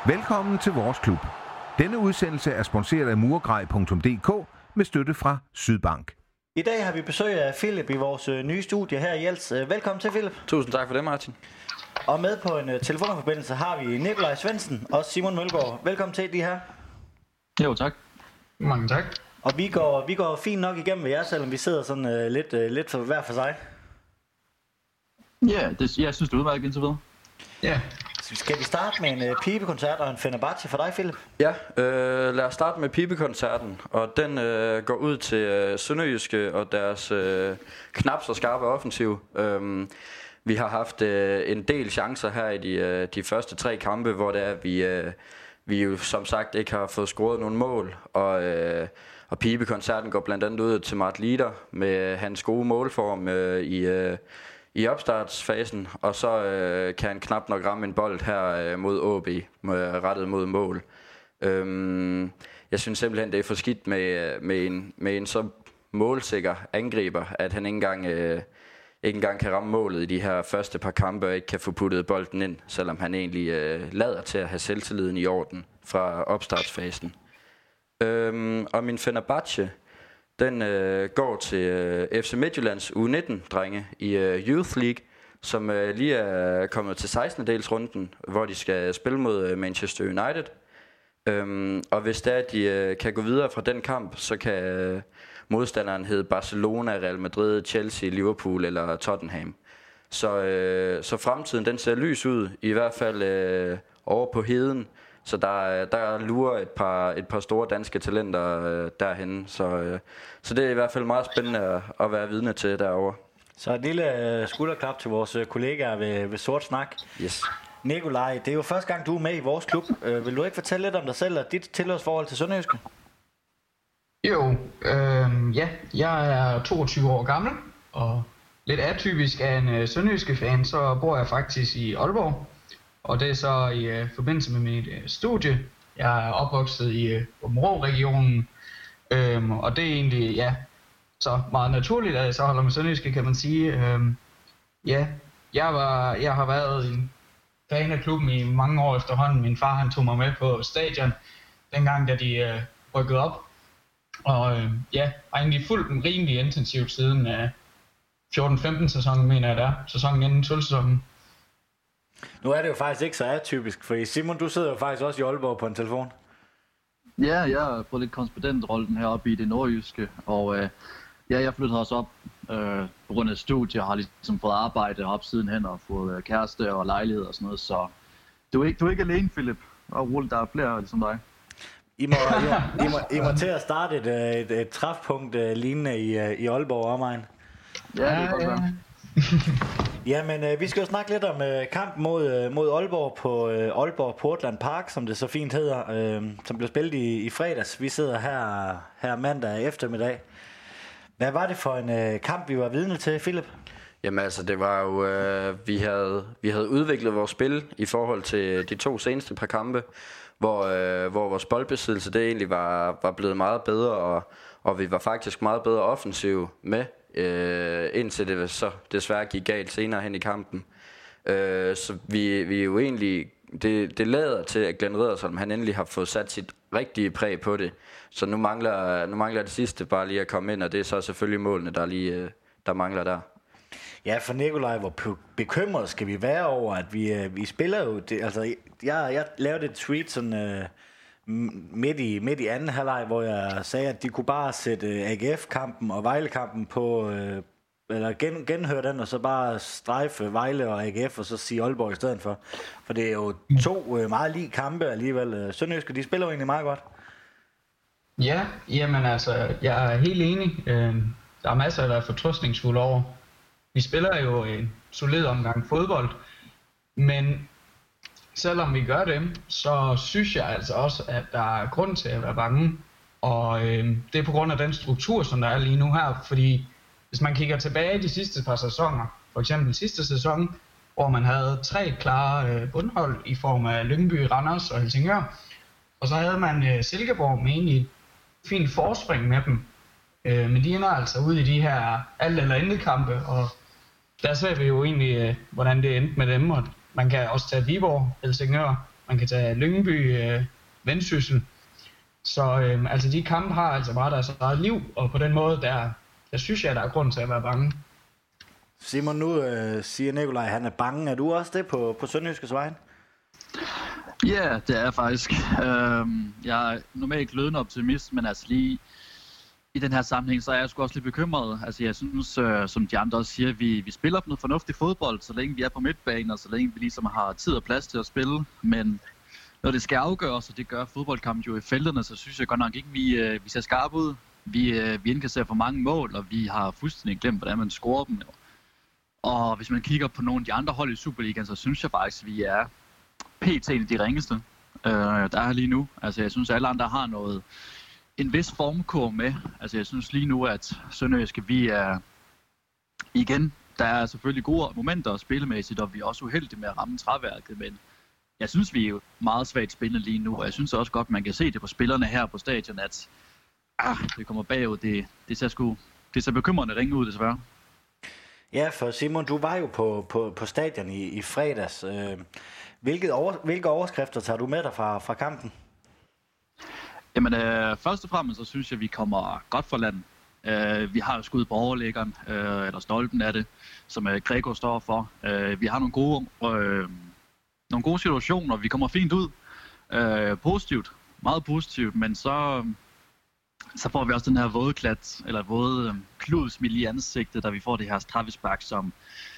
Velkommen til vores klub. Denne udsendelse er sponsoreret af Murgrej.dk med støtte fra Sydbank. I dag har vi besøg af Philip i vores nye studie her i Jels. Velkommen til, Philip. Tusind tak for det, Martin. Og med på en telefonforbindelse har vi Nikolaj Svendsen og Simon Mølgaard. Velkommen til de her. Jo, tak. Mange tak. Og vi går fint nok igennem med jer, selvom vi sidder sådan lidt for hver for sig. Ja, jeg synes, det er udmærket indtil videre. Ja. Skal vi starte med en pibekoncert og en Fenerbahce for dig, Philip? Ja, lad os starte med pibekoncerten. Og den går ud til Sønderjyske og deres knap så skarpe offensiv. Vi har haft en del chancer her i de første 3 kampe, hvor det er, vi jo som sagt ikke har fået scoret nogen mål. Og pibekoncerten går blandt andet ud til Mart Lieder med hans gode målform i opstartsfasen, og så kan han knap nok ramme en bold her mod AB, rettet mod mål. Jeg synes simpelthen, det er for skidt med en så målsikker angriber, at han ikke engang kan ramme målet i de her første par kampe, og ikke kan få puttet bolden ind, selvom han egentlig lader til at have selvtilliden i orden fra opstartsfasen. Og min Fenerbahce, den går til FC Midtjyllands U19-drenge i Youth League, som lige er kommet til 16-delsrunden, hvor de skal spille mod Manchester United. Og hvis det er, at de kan gå videre fra den kamp, så kan modstanderen hedde Barcelona, Real Madrid, Chelsea, Liverpool eller Tottenham. Så fremtiden, den ser lys ud, i hvert fald over på heden. Så der lurer et par store danske talenter derhenne. Så det er i hvert fald meget spændende at være vidne til derovre. Så et lille skulderklap til vores kollegaer ved Sort Snak. Yes. Nikolaj, det er jo første gang, du er med i vores klub. Vil du ikke fortælle lidt om dig selv og dit tilhørsforhold til Sønderjyske? Jo, ja, jeg er 22 år gammel, og lidt atypisk af en Sønderjyske fan, så bor jeg faktisk i Aalborg. Og det er så i forbindelse med mit studie. Jeg er opvokset i Aabenraa-regionen, og det er egentlig, ja, så meget naturligt, at jeg så holder med Sønderjyske, kan man sige. Ja, jeg har været en fan af klubben i mange år efterhånden. Min far, han tog mig med på stadion, dengang da de rykkede op. Og ja, har egentlig fulgt dem rimelig intensivt siden 14-15 sæsonen, mener jeg der. Sæsonen inden 12-sæsonen. Nu er det jo faktisk ikke så atypisk, for Simon, du sidder jo faktisk også i Aalborg på en telefon. Ja, jeg har fået lidt korrespondentrollen heroppe i det nordjyske, og jeg flyttede også op på grund af studiet. Jeg har ligesom fået arbejde op sidenhen og fået kæreste og lejlighed og sådan noget, så du er ikke alene, Philip. Og roligt, der er flere ligesom dig. I må til at starte et træfpunkt lignende i Aalborg og omegn. Ja, det er godt være. Jamen, vi skal jo snakke lidt om kampen mod Aalborg på Aalborg Portland Park, som det så fint hedder, som blev spillet i fredags. Vi sidder her mandag eftermiddag. Hvad var det for en kamp, vi var vidne til, Philip? Jamen altså, det var jo vi havde udviklet vores spil i forhold til de 2 seneste par kampe, hvor vores boldbesiddelse det egentlig var blevet meget bedre, og vi var faktisk meget bedre offensiv med, indtil det så desværre gik galt senere hen i kampen. Så vi er jo egentlig, det lader til, at Glenn Riddersholm han endelig har fået sat sit rigtige præg på det. Så nu mangler det sidste bare lige at komme ind, og det er så selvfølgelig målene, der mangler der. Ja, for Nikolaj, hvor bekymret skal vi være over, at vi spiller jo det, altså jeg lavede et tweet sådan midt i anden halvleg, hvor jeg sagde, at de kunne bare sætte AGF-kampen og Vejle-kampen på, eller genhøre den, og så bare strejfe Vejle og AGF, og så sige Aalborg i stedet for. For det er jo 2 meget lige kampe alligevel. Sønderjyske, de spiller jo egentlig meget godt. Ja, jamen altså, jeg er helt enig. Der er masser, der er fortrøstningsfulde over. Vi spiller jo en solid omgang fodbold, men selvom vi gør det, så synes jeg altså også, at der er grund til at være bange. Og det er på grund af den struktur, som der er lige nu her. Fordi hvis man kigger tilbage de sidste par sæsoner, for eksempel sidste sæson, hvor man havde 3 klare bundhold i form af Lyngby, Randers og Helsingør. Og så havde man Silkeborg med egentlig et fint forspring med dem. Men de ender altså ude i de her alt- eller intet-kampe, og der ser vi jo egentlig, hvordan det endte med dem. Og man kan også tage Viborg, Helsingør, Man kan tage Lyngby, Vendsyssel. Så altså de kampe har altså bare deres eget liv, og på den måde, der synes jeg, der er grund til at være bange. Simon, nu siger Nikolaj, han er bange. Er du også det på Sønderjyskes vejen? Ja, det er jeg faktisk. Jeg er normalt glødende optimist, men altså lige i den her sammenhæng, så er jeg sgu også lidt bekymret. Altså jeg synes, som de andre også siger, vi spiller på noget fornuftigt fodbold, så længe vi er på midtbanen, og så længe vi ligesom har tid og plads til at spille. Men når det skal afgøres, og det gør fodboldkampen jo i felterne, så synes jeg godt nok ikke, vi ser skarpe ud. Vi indkasserer for mange mål, og vi har fuldstændig glemt, hvordan man scorer dem. Og hvis man kigger på nogle af de andre hold i Superligaen, så synes jeg faktisk, at vi er pt. De ringeste, der er lige nu. Altså jeg synes, at alle andre har en vis formkurve med. Altså jeg synes lige nu, at Sønderjyske, vi er igen, der er selvfølgelig gode momenter spillemæssigt, og vi er også uheldige med at ramme træværket, men jeg synes, vi er jo meget svagt spillende lige nu, og jeg synes også godt, man kan se det på spillerne her på stadion, at det kommer bagud. Det ser bekymrende ringe ud, desværre. Ja, for Simon, du var jo på stadion i fredags. Hvilke overskrifter tager du med dig fra kampen? Jamen, først og fremmest så synes jeg, vi kommer godt for land. Vi har jo skud på overlæggeren, eller stolpen af det, som Grego står for. Vi har nogle gode situationer, vi kommer fint ud. Positivt, meget positivt, men så får vi også den her våde kludsmil i ansigtet, da vi får det her straffespark, som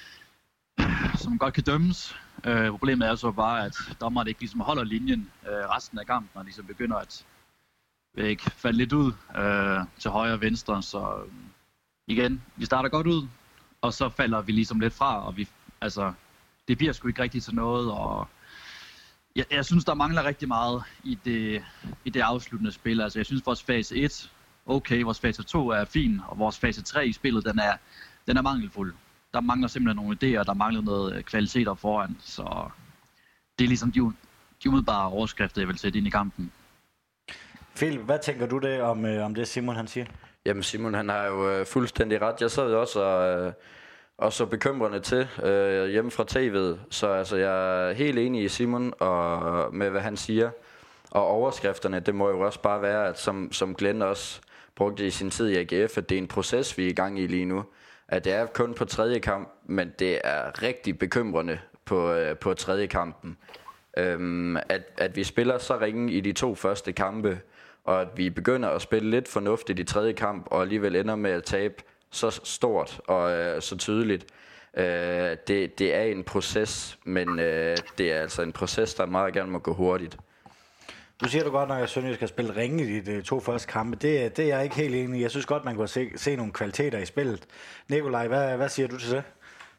godt kan dømmes. Problemet er så bare, at dommeren ikke ligesom holder linjen resten af kampen, og ligesom begynder at falde lidt ud til højre og venstre. Så igen, vi starter godt ud, og så falder vi ligesom lidt fra, og det bliver sgu ikke rigtigt til noget, og jeg synes, der mangler rigtig meget i det afsluttende spil. Altså jeg synes, vores fase 1, okay, vores fase 2 er fin, og vores fase 3 i spillet, den er mangelfuld. Der mangler simpelthen nogle idéer, der mangler noget kvalitet op foran, så det er ligesom de umiddelbare overskrifter, jeg vil sætte ind i kampen. Philip, hvad tænker du det om det Simon han siger? Jamen Simon, han har jo fuldstændig ret. Jeg sad også så bekymrende til hjemme fra tv'et, så altså, jeg er helt enig i Simon og med hvad han siger. Og overskrifterne, det må jo også bare være, at som Glenn også brugte i sin tid i AGF, at det er en proces, vi er i gang i lige nu. At det er kun på tredje kamp, men det er rigtig bekymrende på tredje kampen. At vi spiller så ringe i de 2 første kampe, og at vi begynder at spille lidt fornuftigt i tredje kamp, og alligevel ender med at tabe så stort og så tydeligt. Det er en proces, men det er altså en proces, der meget gerne må gå hurtigt. Du siger du godt nok, at Sønderjysk skal spille ringe i de 2 første kampe. Det er jeg ikke helt enig i. Jeg synes godt, man kunne se nogle kvaliteter i spillet. Nikolaj, hvad siger du til det?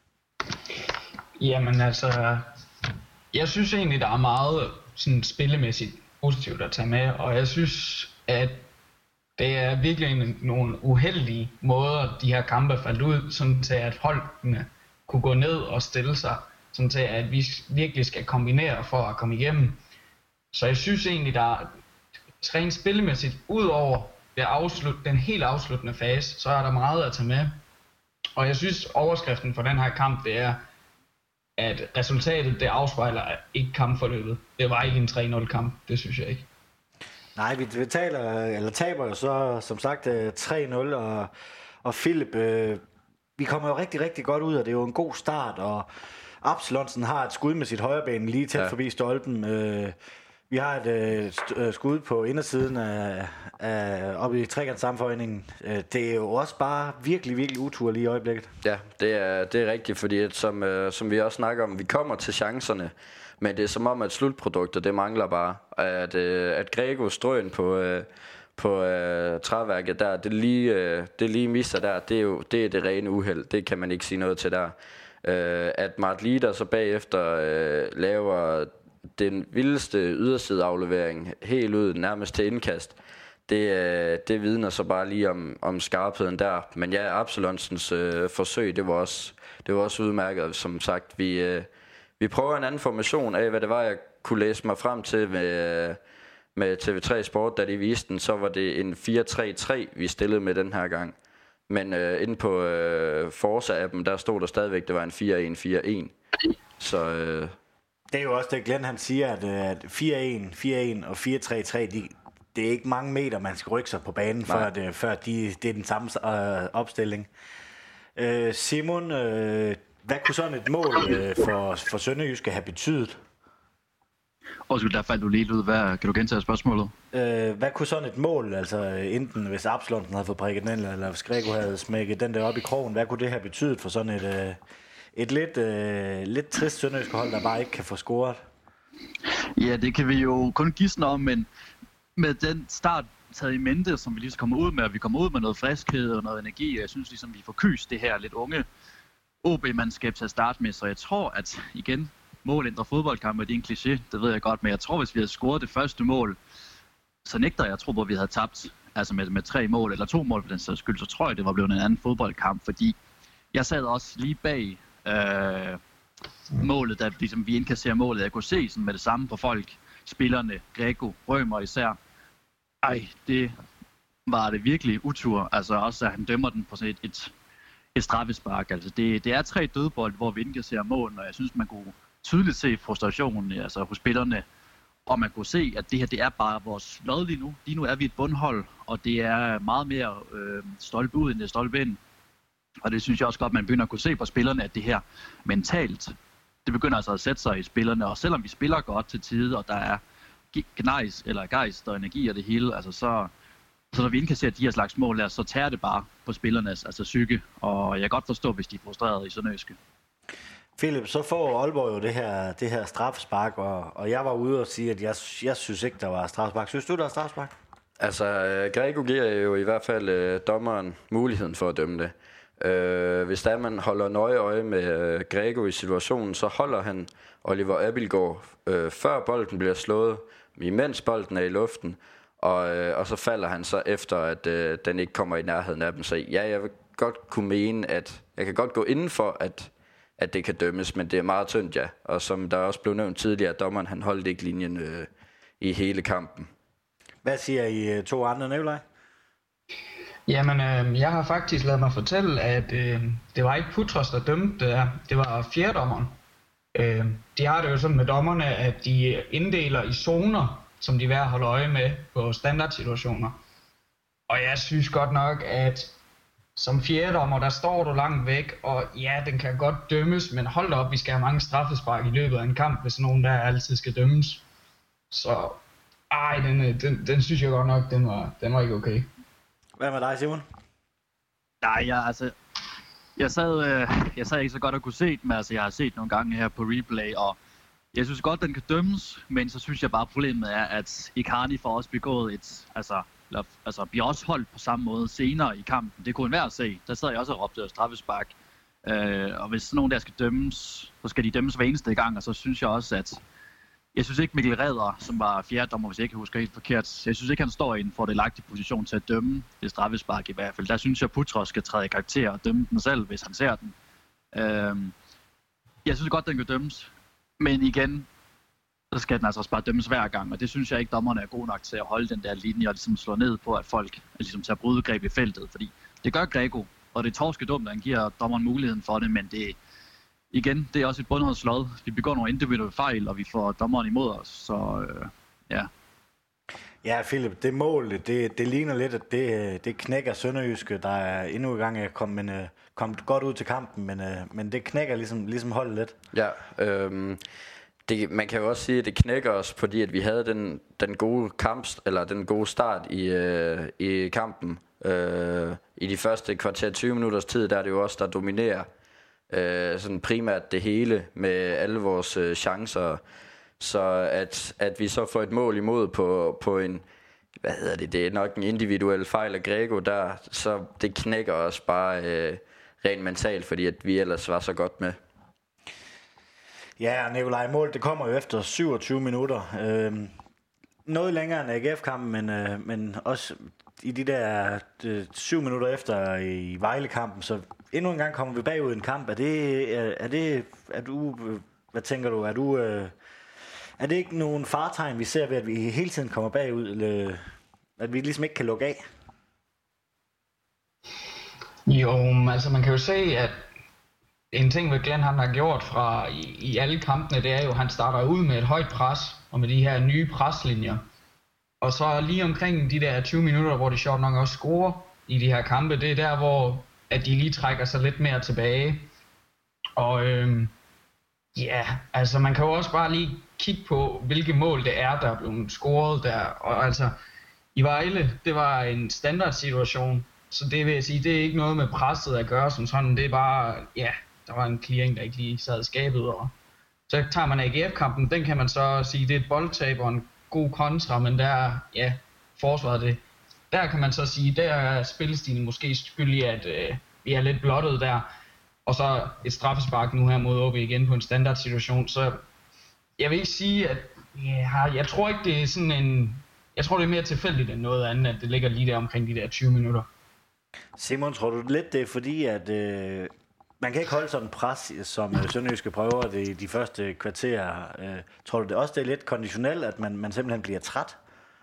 Jamen altså, jeg synes egentlig, der er meget sådan spillemæssigt positivt at tage med, og jeg synes, at det er virkelig nogle uheldige måder, de her kampe faldt ud, sådan til at holdene kunne gå ned og stille sig, sådan til at vi virkelig skal kombinere for at komme igennem. Så jeg synes egentlig, der er rent spillemæssigt, ud over den helt afsluttende fase, så er der meget at tage med. Og jeg synes, overskriften for den her kamp, det er, at resultatet, det afspejler ikke kampforløbet. Det var ikke en 3-0 kamp, det synes jeg ikke. Nej, vi taber jo så som sagt 3-0, og Philip, vi kommer jo rigtig, rigtig godt ud, og det er jo en god start, og Absalonsen har et skud med sit højreben lige tæt forbi stolpen. Vi har et skud på indersiden oppe i trekantssammenføjningen. Det er jo også bare virkelig, virkelig utur lige i øjeblikket. Ja, det er rigtigt, fordi at, som vi også snakker om, vi kommer til chancerne, men det er som om, at slutproduktet, det mangler bare. At Grego strøen på træværket der, det lige misser der, det er det rene uheld. Det kan man ikke sige noget til der. At Mart Lider så bagefter laver den vildeste ydersideaflevering helt ud nærmest til indkast, det vidner så bare lige om skarpheden der. Men ja, Absalonsens forsøg, det var også udmærket. Som sagt, vi prøver en anden formation af, hvad det var, jeg kunne læse mig frem til med TV3 Sport, da de viste den. Så var det en 4-3-3, vi stillede med den her gang. Men inde på Forza-appen, der stod der stadigvæk, det var en 4-1-4-1. Så Det er jo også det, Glenn han siger, at 4-1, 4-1 og 4-3-3, det er ikke mange meter, man skal rykke sig på banen, før det er den samme opstilling. Simon, hvad kunne sådan et mål for Sønderjyske have betydet? Der faldt du lige ud. Kan du gentage spørgsmålet? Hvad kunne sådan et mål, altså enten hvis Absalonsen havde fået prikket den, eller hvis Grego havde smækket den der op i krogen, hvad kunne det have betydet for sådan et lidt trist sønderjyske hold, der bare ikke kan få scoret? Ja, det kan vi jo kun gisne om, men med den start taget i mente, som vi lige kommer ud med, og vi kommer ud med noget friskhed og noget energi, og jeg synes ligesom, vi får kyst det her lidt unge OB-mandskab til at starte med, så jeg tror, at igen, mål ændrer fodboldkampe, det er en kliché, det ved jeg godt, men jeg tror, hvis vi havde scoret det første mål, så nægter jeg tro på, at vi havde tabt, altså med 3 mål, eller 2 mål for den sags skyld, så tror jeg, det var blevet en anden fodboldkamp, fordi jeg sad også lige bag målet, da ligesom, vi indkasserer målet. Jeg kunne se sådan med det samme på folk, spillerne, Grego, Rømer især. Det var det virkelig utur, altså også at han dømmer den på sådan et straffespark. Altså det er 3 dødbold, hvor vi indkasserer mål, og jeg synes, man kunne tydeligt se frustrationen altså hos spillerne, og man kunne se, at det her, det er bare vores lod lige nu. Lige nu er vi et bundhold, og det er meget mere stolpe ud, end det er stolpe ind. Og det synes jeg også godt, man begynder at kunne se på spillerne, at det her mentalt, det begynder altså at sætte sig i spillerne. Og selvom vi spiller godt til tide, og der er gejst og energi og det hele, altså så når vi indkasserer de her slags mål, så tager det bare på spillernes psyke. Og jeg kan godt forstå, hvis de er frustrerede i Sønderjyske. Philip, så får Aalborg jo det her straffespark, og jeg var ude og sige, at jeg synes ikke, der var straffespark. Synes du, der er straffespark? Altså, Grego giver jo i hvert fald dommeren muligheden for at dømme det. Hvis der man holder nøje øje med Grego i situationen, så holder han Oliver Abildgaard før bolden bliver slået, imens bolden er i luften, og så falder han så efter, at den ikke kommer i nærheden af dem. Så ja, jeg vil godt kunne mene, at jeg kan godt gå inden for, at det kan dømmes, men det er meget tyndt, ja. Og som der også blev nævnt tidligere, at dommeren han holdt ikke linjen i hele kampen. Hvad siger I 2 andre, Nikolaj? Jamen, jeg har faktisk ladet mig fortælle, at det var ikke Putros, der dømte det der. Det var fjerdommeren. De har det jo sådan med dommerne, at de inddeler i zoner, som de er værd at holde øje med på standardsituationer. Og jeg synes godt nok, at som fjerdommer, der står du langt væk, og ja, den kan godt dømmes, men hold da op, vi skal have mange straffespark i løbet af en kamp, hvis nogen der altid skal dømmes. Så den synes jeg godt nok, den var ikke okay. Hvad med dig, Simon? Nej, jeg sad ikke så godt at kunne se den, men altså, jeg har set nogle gange her på replay, og jeg synes godt, den kan dømmes, men så synes jeg bare, problemet er, at Icardi får også begået bliver også holdt på samme måde senere i kampen. Det kunne enhver at se. Der sad jeg også og råbte straffespark. Og hvis nogen der skal dømmes, så skal de dømmes hver eneste gang, og så synes jeg også, at jeg synes ikke Mikkel Reder, som var fjerdommer, hvis jeg ikke husker helt forkert, jeg synes ikke, han står i en fordelagtig position til at dømme det straffespark i hvert fald. Der synes jeg, Putros skal træde i karakter og dømme den selv, hvis han ser den. Jeg synes godt, den kan dømmes, men igen, så skal den altså også bare dømmes hver gang, og det synes jeg ikke, dommerne er gode nok til at holde den der linje og ligesom slå ned på, at folk ligesom tager brudgreb i feltet, fordi det gør Grego, og det er torskedumt, at han giver dommeren muligheden for det, men det er også et bundholdslod. Vi begår nogle individuelle fejl, og vi får dommeren imod os, så ja. Ja, Philip, det mål, det ligner lidt, at det knækker Sønderjyske, der er endnu i gang at komme godt ud til kampen, men det knækker ligesom holdet lidt. Ja, man kan jo også sige, at det knækker os, fordi at vi havde den gode den gode start i kampen. I de første kvarter 20 minutters tid, der er det jo også der dominerer sådan primært det hele med alle vores chancer. Så at vi så får et mål imod på en, det er nok en individuel fejl af Grego der, så det knækker os bare rent mentalt, fordi at vi ellers var så godt med. Ja, Nikolaj, mål, det kommer jo efter 27 minutter. Noget længere end AGF-kampen, men også i de der 7 minutter efter i Vejle-kampen, så endnu en gang kommer vi bagud i en kamp. Er du, hvad tænker du, er det ikke nogen fartegn, vi ser ved, at vi hele tiden kommer bagud, eller at vi ligesom ikke kan lukke af? Jo, altså man kan jo se, at En ting, hvad Glenn han har gjort i alle kampene, det er jo, at han starter ud med et højt pres, og med de her nye preslinjer. Og så lige omkring de der 20 minutter, hvor de sjovt nok også scorer i de her kampe, det er der, hvor at de lige trækker sig lidt mere tilbage. Og altså man kan jo også bare lige kigge på, hvilke mål det er, der er blevet scoret der. Og altså, i Vejle, det var en standardsituation, så det vil jeg sige, det er ikke noget med presset at gøre som sådan, det er bare, der var en clearing, der ikke lige sad i skabet, og så tager man AGF-kampen, den kan man så sige, det er et boldtab og en god kontra, men der, forsvaret det, der kan man så sige, der er spillestilen måske skyld i, at vi er lidt blottet der, og så et straffespark nu her mod OB igen på en standardsituation, så jeg vil ikke sige, at jeg tror ikke, det er sådan en, jeg tror, det er mere tilfældigt end noget andet, at det ligger lige der omkring de der 20 minutter. Simon, tror du lidt, det er fordi, at man kan ikke holde sådan en pres, som Sønderjyske prøver det i de første kvarterer. Tror du det også, det er lidt konditionelt, at man simpelthen bliver træt?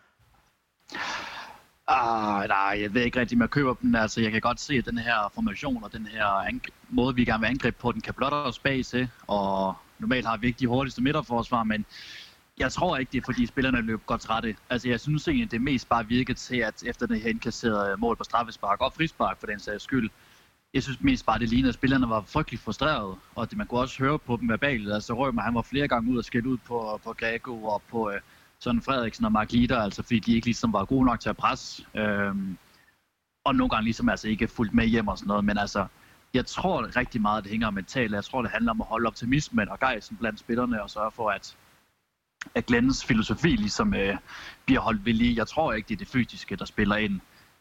Nej, jeg ved ikke rigtig, om jeg køber den. Altså, jeg kan godt se, at den her formation og den her måde, vi gerne vil angribe på, den kan blotte os bag til. Og normalt har vi ikke de hurtigste midterforsvar, men jeg tror ikke, det er fordi spillerne løb godt trætte. Altså, jeg synes egentlig, det er mest bare virket til, at efter det her indkasserede mål på straffespark og frispark for den sags skyld, jeg synes mest bare, det lignede, at spillerne var frygtelig frustrerede, og det, man kunne også høre på dem verbalt. Altså, Rømer, han var flere gange ud og skælde ud på Grego og på sådan Frederiksen og Mark Lider, altså fordi de ikke ligesom var gode nok til at presse, og nogle gange ligesom altså ikke fulgt med hjem og sådan noget, men altså, jeg tror rigtig meget, det hænger mentalt. Jeg tror, det handler om at holde optimismen og gejsten blandt spillerne og sørge for, at Glens filosofi ligesom bliver holdt ved lige. Jeg tror ikke, det er det fysiske, der spiller ind.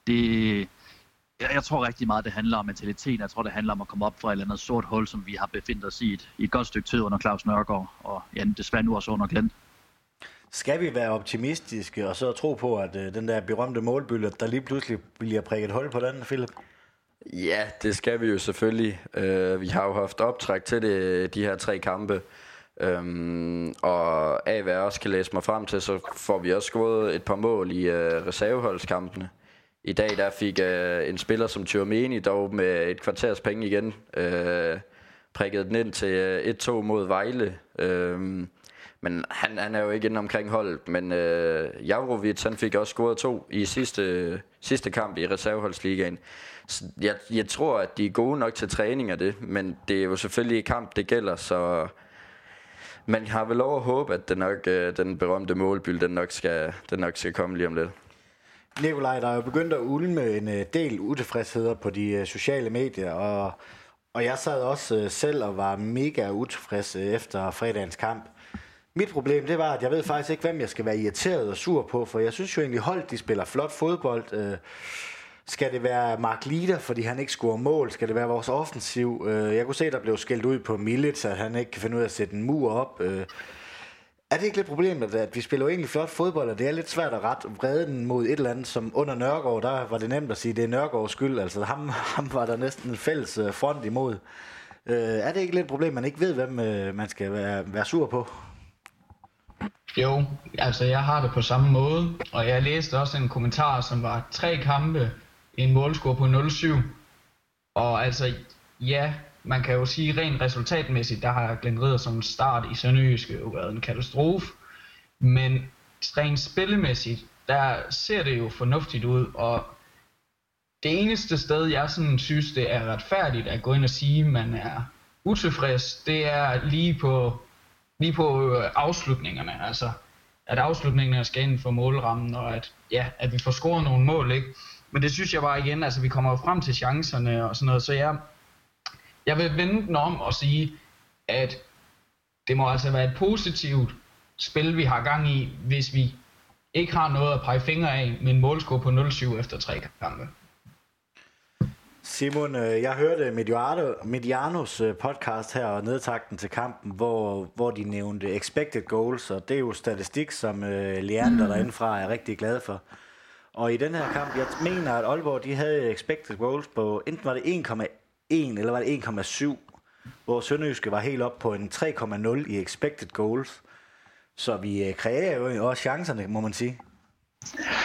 Jeg tror rigtig meget, det handler om mentaliteten. Jeg tror, det handler om at komme op fra et eller andet sort hul, som vi har befindt os i et godt stykke tid under Claus Nørgaard, og desværre nu også under Glenn. Skal vi være optimistiske og så tro på, at den der berømte målbylle, der lige pludselig bliver prikket hul på den, Philip? Ja, det skal vi jo selvfølgelig. Vi har jo haft optræk til det, de her 3 kampe. Og af hvad jeg også kan læse mig frem til, så får vi også scoret et par mål i reserveholdskampene. I dag der fik en spiller som Tjurmeni dog med et kvarters penge igen prikket den ind til 1-2 mod Vejle. Men han er jo ikke inde omkring holdet. Men Javrovic, han fik også scoret 2 i sidste kamp i reserveholdsligaen. Så jeg tror, at de er gode nok til træning af det, men det er jo selvfølgelig i kamp, det gælder, så man har vel lov at håbe, at den berømte målbyld, den nok skal komme lige om lidt. Nikolaj, der er jo begyndt at ulme en del utilfredsheder på de sociale medier, og jeg sad også selv og var mega utilfreds efter fredagens kamp. Mit problem, det var, at jeg ved faktisk ikke, hvem jeg skal være irriteret og sur på, for jeg synes jo egentlig, hold, de spiller flot fodbold. Skal det være Mark Lider, fordi han ikke scorer mål? Skal det være vores offensiv? Jeg kunne se, der blev skældt ud på Milic, at han ikke kan finde ud af at sætte en mur op. Er det ikke lidt problemet, at vi spiller jo egentlig flot fodbold, og det er lidt svært at rette vreden mod et eller andet, som under Nørgaard, der var det nemt at sige, at det er Nørgaards skyld. Altså ham var der næsten en fælles front imod. Er det ikke lidt et problem, man ikke ved, hvem man skal være sur på? Jo, altså jeg har det på samme måde, og jeg læste også en kommentar, som var 3 kampe, en målscore på 0-7. Og altså, ja, man kan jo sige rent resultatmæssigt, der har Glenn Ridder som start i Sønderjyske jo været en katastrofe. Men rent spillemæssigt, der ser det jo fornuftigt ud, og det eneste sted, jeg sådan synes, det er retfærdigt at gå ind og sige, at man er utilfreds, det er lige på afslutningerne, altså at afslutningerne skal ind for målrammen, og at vi får scoret nogle mål, ikke? Men det synes jeg bare igen, altså vi kommer jo frem til chancerne og sådan noget, så jeg vil vende den om og sige, at det må altså være et positivt spil, vi har gang i, hvis vi ikke har noget at pege fingre af med en målscore på 0-7 efter 3 kampe. Simon, jeg hørte Medianos podcast her og nedtakten til kampen, hvor de nævnte expected goals, og det er jo statistik, som Leander derindefra er rigtig glad for. Og i den her kamp, jeg mener, at Aalborg de havde expected goals på, enten var det 1,1 eller var det 1,7, hvor Sønderjyske var helt op på en 3,0 i expected goals. Så vi kreerer jo også chancerne, må man sige.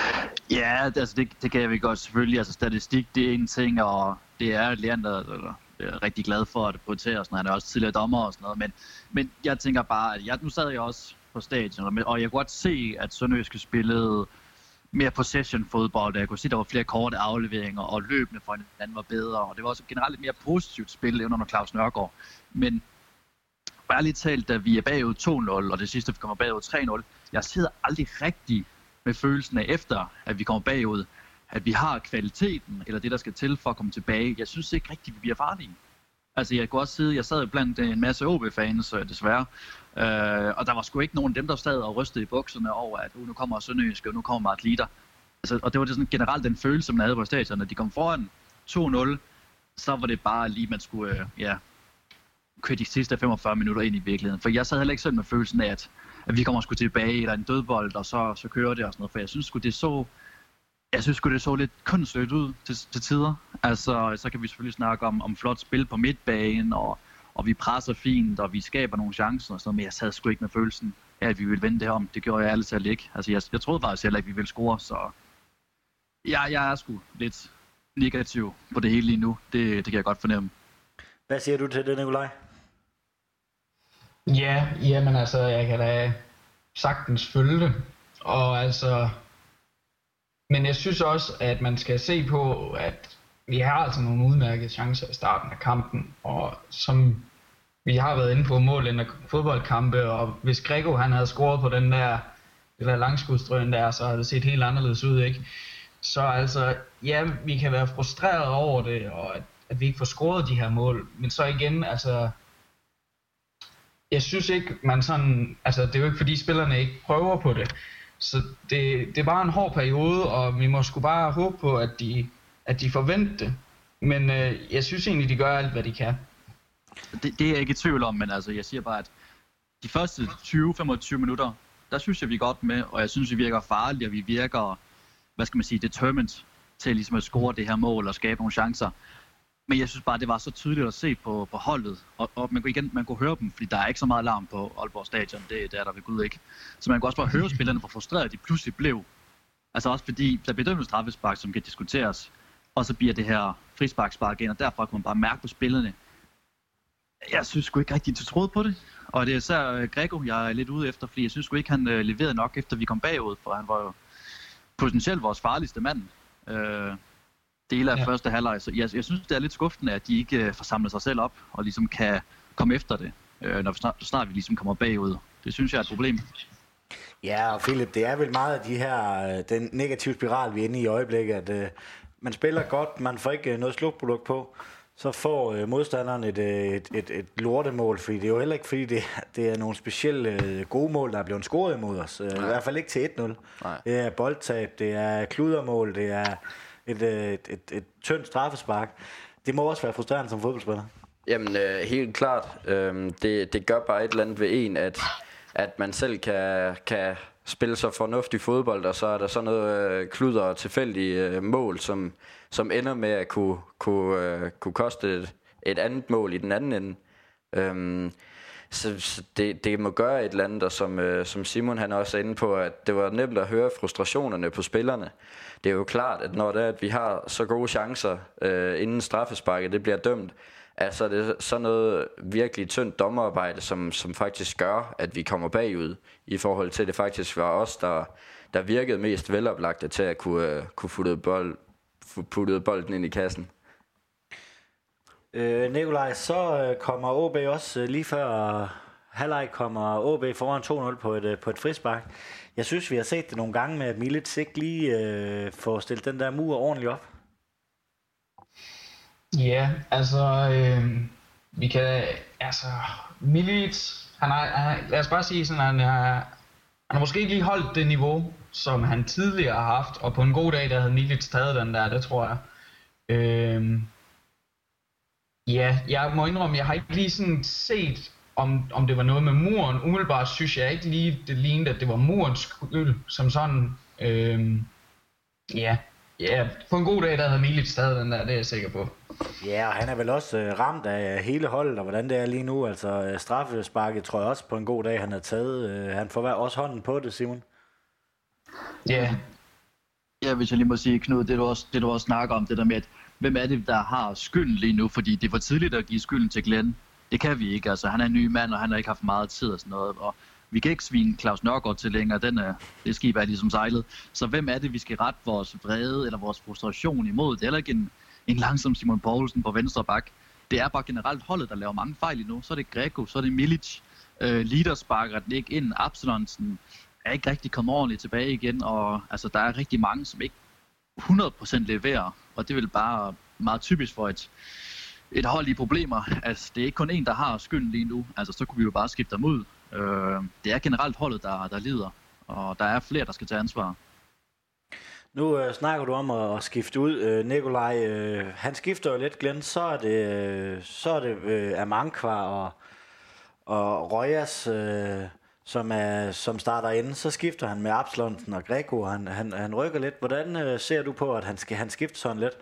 Ja, altså det kan vi godt selvfølgelig. Altså statistik, det er en ting, og det er Leander, eller rigtig glad for at pointere, og han er også tidligere dommer og sådan noget, men jeg tænker bare, at nu sad jeg også på stadion, og jeg kunne godt se, at Sønderjyske spillede mere possession-fodbold, og jeg kunne se, at der var flere korte afleveringer, og løbende for hinanden var bedre, og det var også generelt et mere positivt spil under Claus Nørgaard. Men ærligt talt, da vi er bagud 2-0, og det sidste, vi kommer bagud 3-0, jeg sidder aldrig rigtig med følelsen af efter, at vi kommer bagud, at vi har kvaliteten, eller det, der skal til for at komme tilbage. Jeg synes ikke rigtigt, vi bliver farlige. Altså, jeg sad blandt en masse OB-fans, desværre, og der var sgu ikke nogen af dem, der sad og rystede i bukserne over, at nu kommer Sønderjyske, og nu kommer Martliter. Altså, og det var det sådan generelt den følelse, man havde på stadion, når de kom foran 2-0, så var det bare lige, man skulle køre de sidste 45 minutter ind i virkeligheden. For jeg sad heller ikke selv med følelsen af, at vi kommer sgu tilbage, eller en dødbold, og så kører det og sådan noget. For jeg synes sgu, det så lidt kunstløst ud til tider. Altså, så kan vi selvfølgelig snakke om flot spil på midtbanen, og vi presser fint, og vi skaber nogle chancer og sådan noget, men jeg sad sgu ikke med følelsen af, at vi ville vende det om. Det gjorde jeg ærligt talt ikke. Altså, jeg troede faktisk heller ikke, at vi ville score, så jeg er sgu lidt negativ på det hele lige nu. Det kan jeg godt fornemme. Hvad siger du til det, Nikolaj? Ja, jamen altså, jeg kan da sagtens følge det. Og altså, men jeg synes også, at man skal se på, at vi har altså nogle udmærkede chancer i starten af kampen, og som vi har været inde på mål af fodboldkampe, og hvis Grego han havde scoret på det der langskudstrøen der, så havde det set helt anderledes ud, ikke? Så altså, ja, vi kan være frustreret over det, og at vi ikke får scoret de her mål, men så igen, altså, jeg synes ikke, man sådan, altså det er jo ikke fordi spillerne ikke prøver på det, så det er bare en hård periode, og vi må sgu bare håbe på, at de forventer det, men jeg synes egentlig, de gør alt, hvad de kan. Det er jeg ikke i tvivl om, men altså, jeg siger bare, at de første 20-25 minutter, der synes jeg, vi er godt med, og jeg synes, vi virker farlige, og vi virker, hvad skal man sige, determined til ligesom at score det her mål og skabe nogle chancer. Men jeg synes bare, det var så tydeligt at se på holdet, og man kunne høre dem, fordi der er ikke så meget larm på Aalborg Stadion, det er der ved Gud ikke. Så man kunne også bare høre spillerne, hvor frustreret de pludselig blev. Altså også fordi, der bliver dømt straffespark, som kan diskuteres, og så bliver det her frisparkspark igen, og derfor kunne man bare mærke på spillerne. Jeg synes sgu ikke rigtig, du troede på det. Og det er især Grego, jeg er lidt ude efter, fordi jeg synes sgu ikke, han leverede nok, efter vi kom bagud, for han var jo potentielt vores farligste mand. Dele af første halvleg. Så jeg synes, det er lidt skuffende, at de ikke får samlet sig selv op, og ligesom kan komme efter det, når snart vi ligesom kommer bagud. Det synes jeg er et problem. Ja, og Philip, det er vel meget af den negative spiral, vi er inde i øjeblikket, at man spiller godt, man får ikke noget slutprodukt på, så får modstanderen et lortemål, fordi det er jo heller ikke, fordi det er nogle specielle gode mål, der er blevet scoret imod os. I hvert fald ikke til 1-0. Nej. Det er boldtab, det er kludermål, det er et tyndt straffespark. Det må også være frustrerende som fodboldspiller. Jamen, helt klart. Det gør bare et eller andet ved en, at man selv kan spille så fornuftig fodbold, og så er der sådan noget kluder og tilfældige mål, som ender med at kunne koste et andet mål i den anden ende. Så det må gøre et eller andet, og som Simon han også er inde på, at det var nemt at høre frustrationerne på spillerne. Det er jo klart, at når det er, at vi har så gode chancer inden straffesparket, det bliver dømt, altså det er sådan noget virkelig tyndt dommerarbejde, som faktisk gør, at vi kommer bagud i forhold til, det faktisk var os, der virkede mest veloplagte til at kunne putte bolden ind i kassen. Nikolaj, så kommer OB også lige før halvleg kommer OB foran 2-0 på et frispark. Jeg synes, vi har set det nogle gange med, at Milic ikke lige får stillet den der mur ordentligt op. Ja, altså, vi kan, altså, Milic, lad os bare sige sådan, han har måske ikke lige holdt det niveau, som han tidligere har haft, og på en god dag, der havde Milic taget den der, det tror jeg. Ja, jeg må indrømme, jeg har ikke lige sådan set, om det var noget med muren. Umiddelbart synes jeg ikke lige, det lignede, at det var murens skyld, som sådan. Ja, på en god dag, der havde Milic taget den der, det er jeg sikker på. Ja, og han er vel også ramt af hele holdet, og hvordan det er lige nu. Altså straffesparket tror jeg også på en god dag, han har taget. Han får også hånden på det, Simon. Ja. Ja, hvis jeg lige må sige, Knud, det du også snakker om, det der med, at hvem er det, der har skylden lige nu, fordi det er for tidligt at give skylden til Glenn. Det kan vi ikke, altså han er en ny mand, og han har ikke haft meget tid og sådan noget, og vi kan ikke svine Claus Nørgaard til længere, det skib er ligesom sejlet. Så hvem er det, vi skal rette vores vrede eller vores frustration imod? Det er heller ikke en langsom Simon Poulsen på venstre bak. Det er bare generelt holdet, der laver mange fejl lige nu. Så er det Grego, så er det Milic, Lider sparker den ikke ind, Absalonsen er ikke rigtig kommet ordentligt tilbage igen, og altså, der er rigtig mange, som ikke 100% leverer, og det er vel bare meget typisk for et hold i problemer. Altså, det er ikke kun en, der har skylden lige nu, altså så kunne vi jo bare skifte dem ud. Det er generelt holdet, der lider, og der er flere, der skal tage ansvar. Nu snakker du om at skifte ud. Nikolaj, han skifter jo lidt, Glenn. Så er det Amankwa og Rojas, som starter inde. Så skifter han med Absalonsen og Grego. Han rykker lidt. Hvordan ser du på, at han skifter sådan lidt?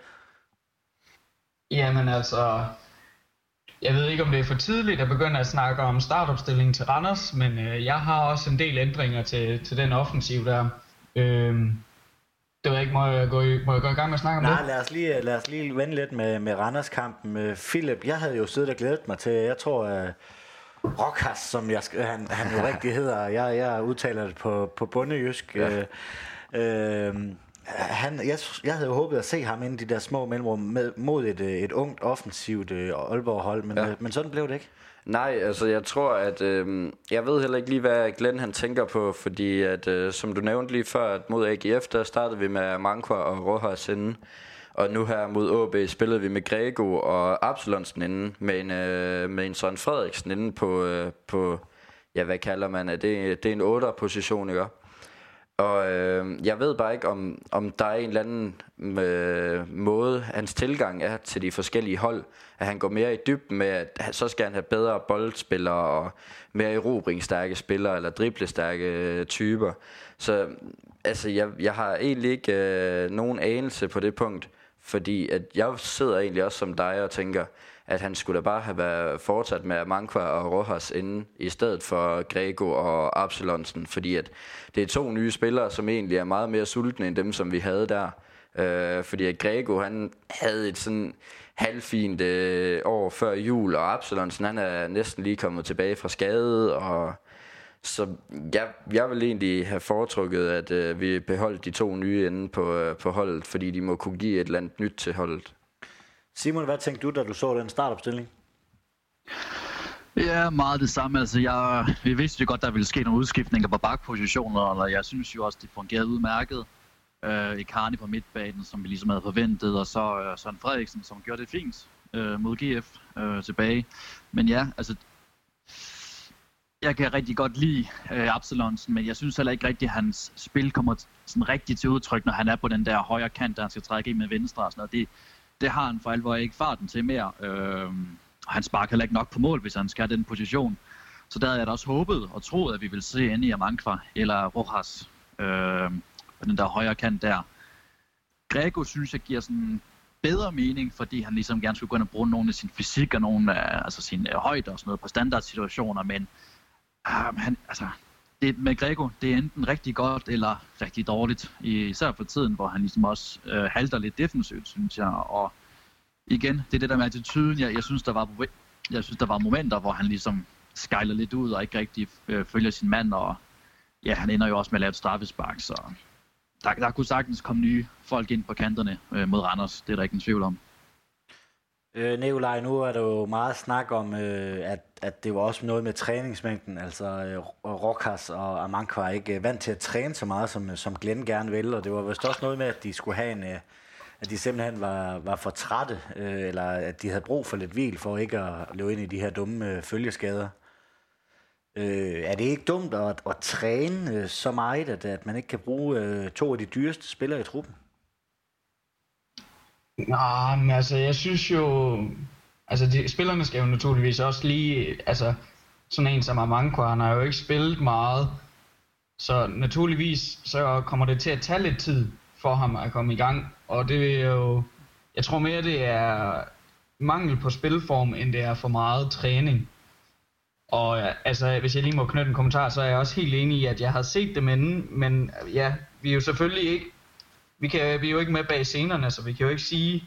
Jamen altså, jeg ved ikke, om det er for tidligt at begynde at snakke om startopstillingen til Randers, men jeg har også en del ændringer til den offensiv der. Det ved jeg ikke, må jeg gå i gang med at snakke om det? Nej, lad os lige vende lidt med Randers-kampen. Philip, jeg havde jo siddet og glædet mig til, jeg tror, Rokas, som han jo rigtig hedder, jeg udtaler det på bondejysk. Ja. Jeg havde jo håbet at se ham inden de der små mellemrum mod et ungt, offensivt Aalborg-hold, men sådan blev det ikke. Nej, altså jeg tror, at jeg ved heller ikke lige, hvad Glenn han tænker på, fordi at som du nævnte lige før, at mod AGF, der startede vi med Amankwa og Rojas inden, og nu her mod AB spillede vi med Grego og Absalonsen inden, med en Søren Frederiksen inden på ja, hvad kalder man det er en 8'er-position, ikke? Og jeg ved bare ikke, om der er en eller anden måde, hans tilgang er til de forskellige hold, at han går mere i dybden med, at så skal han have bedre boldspillere og mere erobringsstærke spillere eller driblestærke typer. Så altså, jeg har egentlig ikke nogen anelse på det punkt, fordi at jeg sidder egentlig også som dig og tænker, at han skulle da bare have været fortsat med Amankwa og Rojas inden, i stedet for Grego og Absalonsen, fordi at det er 2 nye spillere, som egentlig er meget mere sultne end dem, som vi havde der. Fordi at Grego, han havde et sådan halvfint år før jul, og Absalonsen, han er næsten lige kommet tilbage fra skade, og så jeg vil egentlig have foretrukket, at vi beholdt de 2 nye inde på holdet, fordi de må kunne give et eller andet nyt til holdet. Simon, hvad tænkte du, da du så den startopstilling? Ja, meget det samme. Altså, vi vidste jo godt, der ville ske nogle udskiftninger på bakpositioner, og jeg synes jo også, det fungerede udmærket. Icardi på midtbanen, som vi ligesom havde forventet, og så Søren Frederiksen, som gjorde det fint mod GF tilbage. Men ja, altså, jeg kan rigtig godt lide Absalonsen, men jeg synes heller ikke rigtigt, at hans spil kommer sådan rigtigt til udtryk, når han er på den der højre kant, der han skal trække ind med venstre og sådan noget. Det har han for alvor ikke farten til mere. Han sparker heller ikke nok på mål, hvis han skal have den position. Så der havde jeg da også håbet og troet, at vi ville se inde i Amankwa eller Rojas på den der højre kant der. Grego synes jeg giver sådan bedre mening, fordi han ligesom gerne skulle gå ind og bruge nogle af sin fysik og nogle af altså sin højde og sådan noget på standardsituationer, men det med Grego, det er enten rigtig godt eller rigtig dårligt, især for tiden, hvor han ligesom også halter lidt defensivt, synes jeg, og igen, det er det der med attituden, jeg synes, der var momenter, hvor han ligesom skejler lidt ud og ikke rigtig følger sin mand, og ja, han ender jo også med at lave et straffespark, så der kunne sagtens komme nye folk ind på kanterne mod Randers, det er der ikke en tvivl om. Nikolaj, nu er der jo meget snak om, at det var også noget med træningsmængden. Altså Rokas og Amankwa er ikke vant til at træne så meget, som Glenn gerne vil. Og det var vist også noget med, at de skulle have at de simpelthen var for trætte, eller at de havde brug for lidt hvil for ikke at løbe ind i de her dumme følgeskader. Er det ikke dumt at træne så meget, at man ikke kan bruge 2 af de dyreste spillere i truppen? Nå, men altså, jeg synes jo, altså spillerne skal jo naturligvis også lige, altså sådan en som Amankwa, han har jo ikke spillet meget, så naturligvis så kommer det til at tage lidt tid for ham at komme i gang, og det er jo, jeg tror mere det er mangel på spilform, end det er for meget træning. Og altså, hvis jeg lige må knytte en kommentar, så er jeg også helt enig i, at jeg har set dem inden, men ja, vi er jo selvfølgelig ikke, vi er jo ikke med bag scenerne, så vi kan jo ikke sige,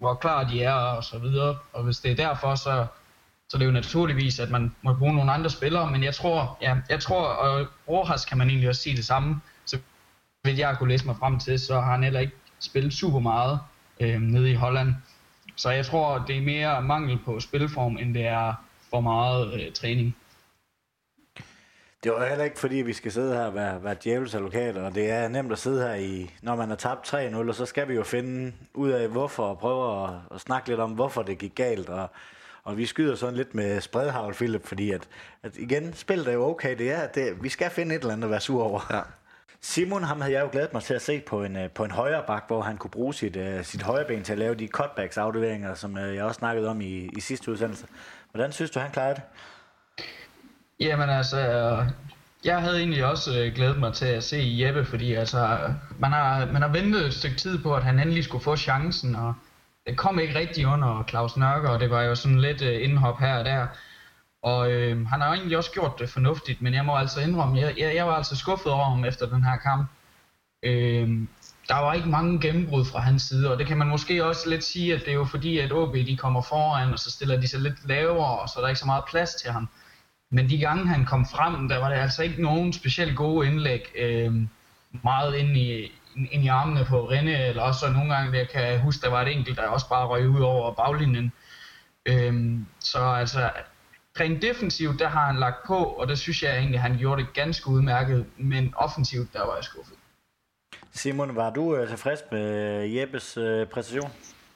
hvor klar de er og så videre. Og hvis det er derfor, så det er jo naturligvis, at man må bruge nogle andre spillere. Men jeg tror, og Rojas kan man egentlig også sige det samme. Så vil jeg kunne læse mig frem til, så har han heller ikke spillet super meget nede i Holland. Så jeg tror, det er mere mangel på spilform, end det er for meget træning. Det var heller ikke fordi, vi skal sidde her og være djævels advokat, og det er nemt at sidde her når man har tabt 3-0, og så skal vi jo finde ud af hvorfor, og prøve at snakke lidt om, hvorfor det gik galt, og vi skyder sådan lidt med spredhavl, Philip, fordi at igen, spillet er jo okay, vi skal finde et eller andet at være sur over. Ja. Simon, ham havde jeg jo glædet mig til at se på en højre bak, hvor han kunne bruge sit højre ben til at lave de cutbacks afleveringer, som jeg også snakkede om i sidste udsendelse. Hvordan synes du, han klarede det? Jamen altså, jeg havde egentlig også glædet mig til at se Jeppe, fordi altså, man har ventet et stykke tid på, at han endelig skulle få chancen, og det kom ikke rigtig under Claus Nørker, og det var jo sådan lidt indhop her og der. Og han har jo egentlig også gjort det fornuftigt, men jeg må altså indrømme, jeg var altså skuffet over ham efter den her kamp. Der var ikke mange gennembrud fra hans side, og det kan man måske også lidt sige, at det er jo fordi, at OB de kommer foran, og så stiller de sig lidt lavere, og så er der ikke så meget plads til ham. Men de gange han kom frem, der var det altså ikke nogen specielt gode indlæg, meget ind i armene på Rene, eller også nogle gange, jeg kan huske, der var et enkelt, der også bare røg ud over baglinjen. Så altså, rent defensivt, der har han lagt på, og det synes jeg egentlig, han gjorde det ganske udmærket, men offensivt, der var jeg skuffet. Simon, var du tilfreds med Jeppes præstation?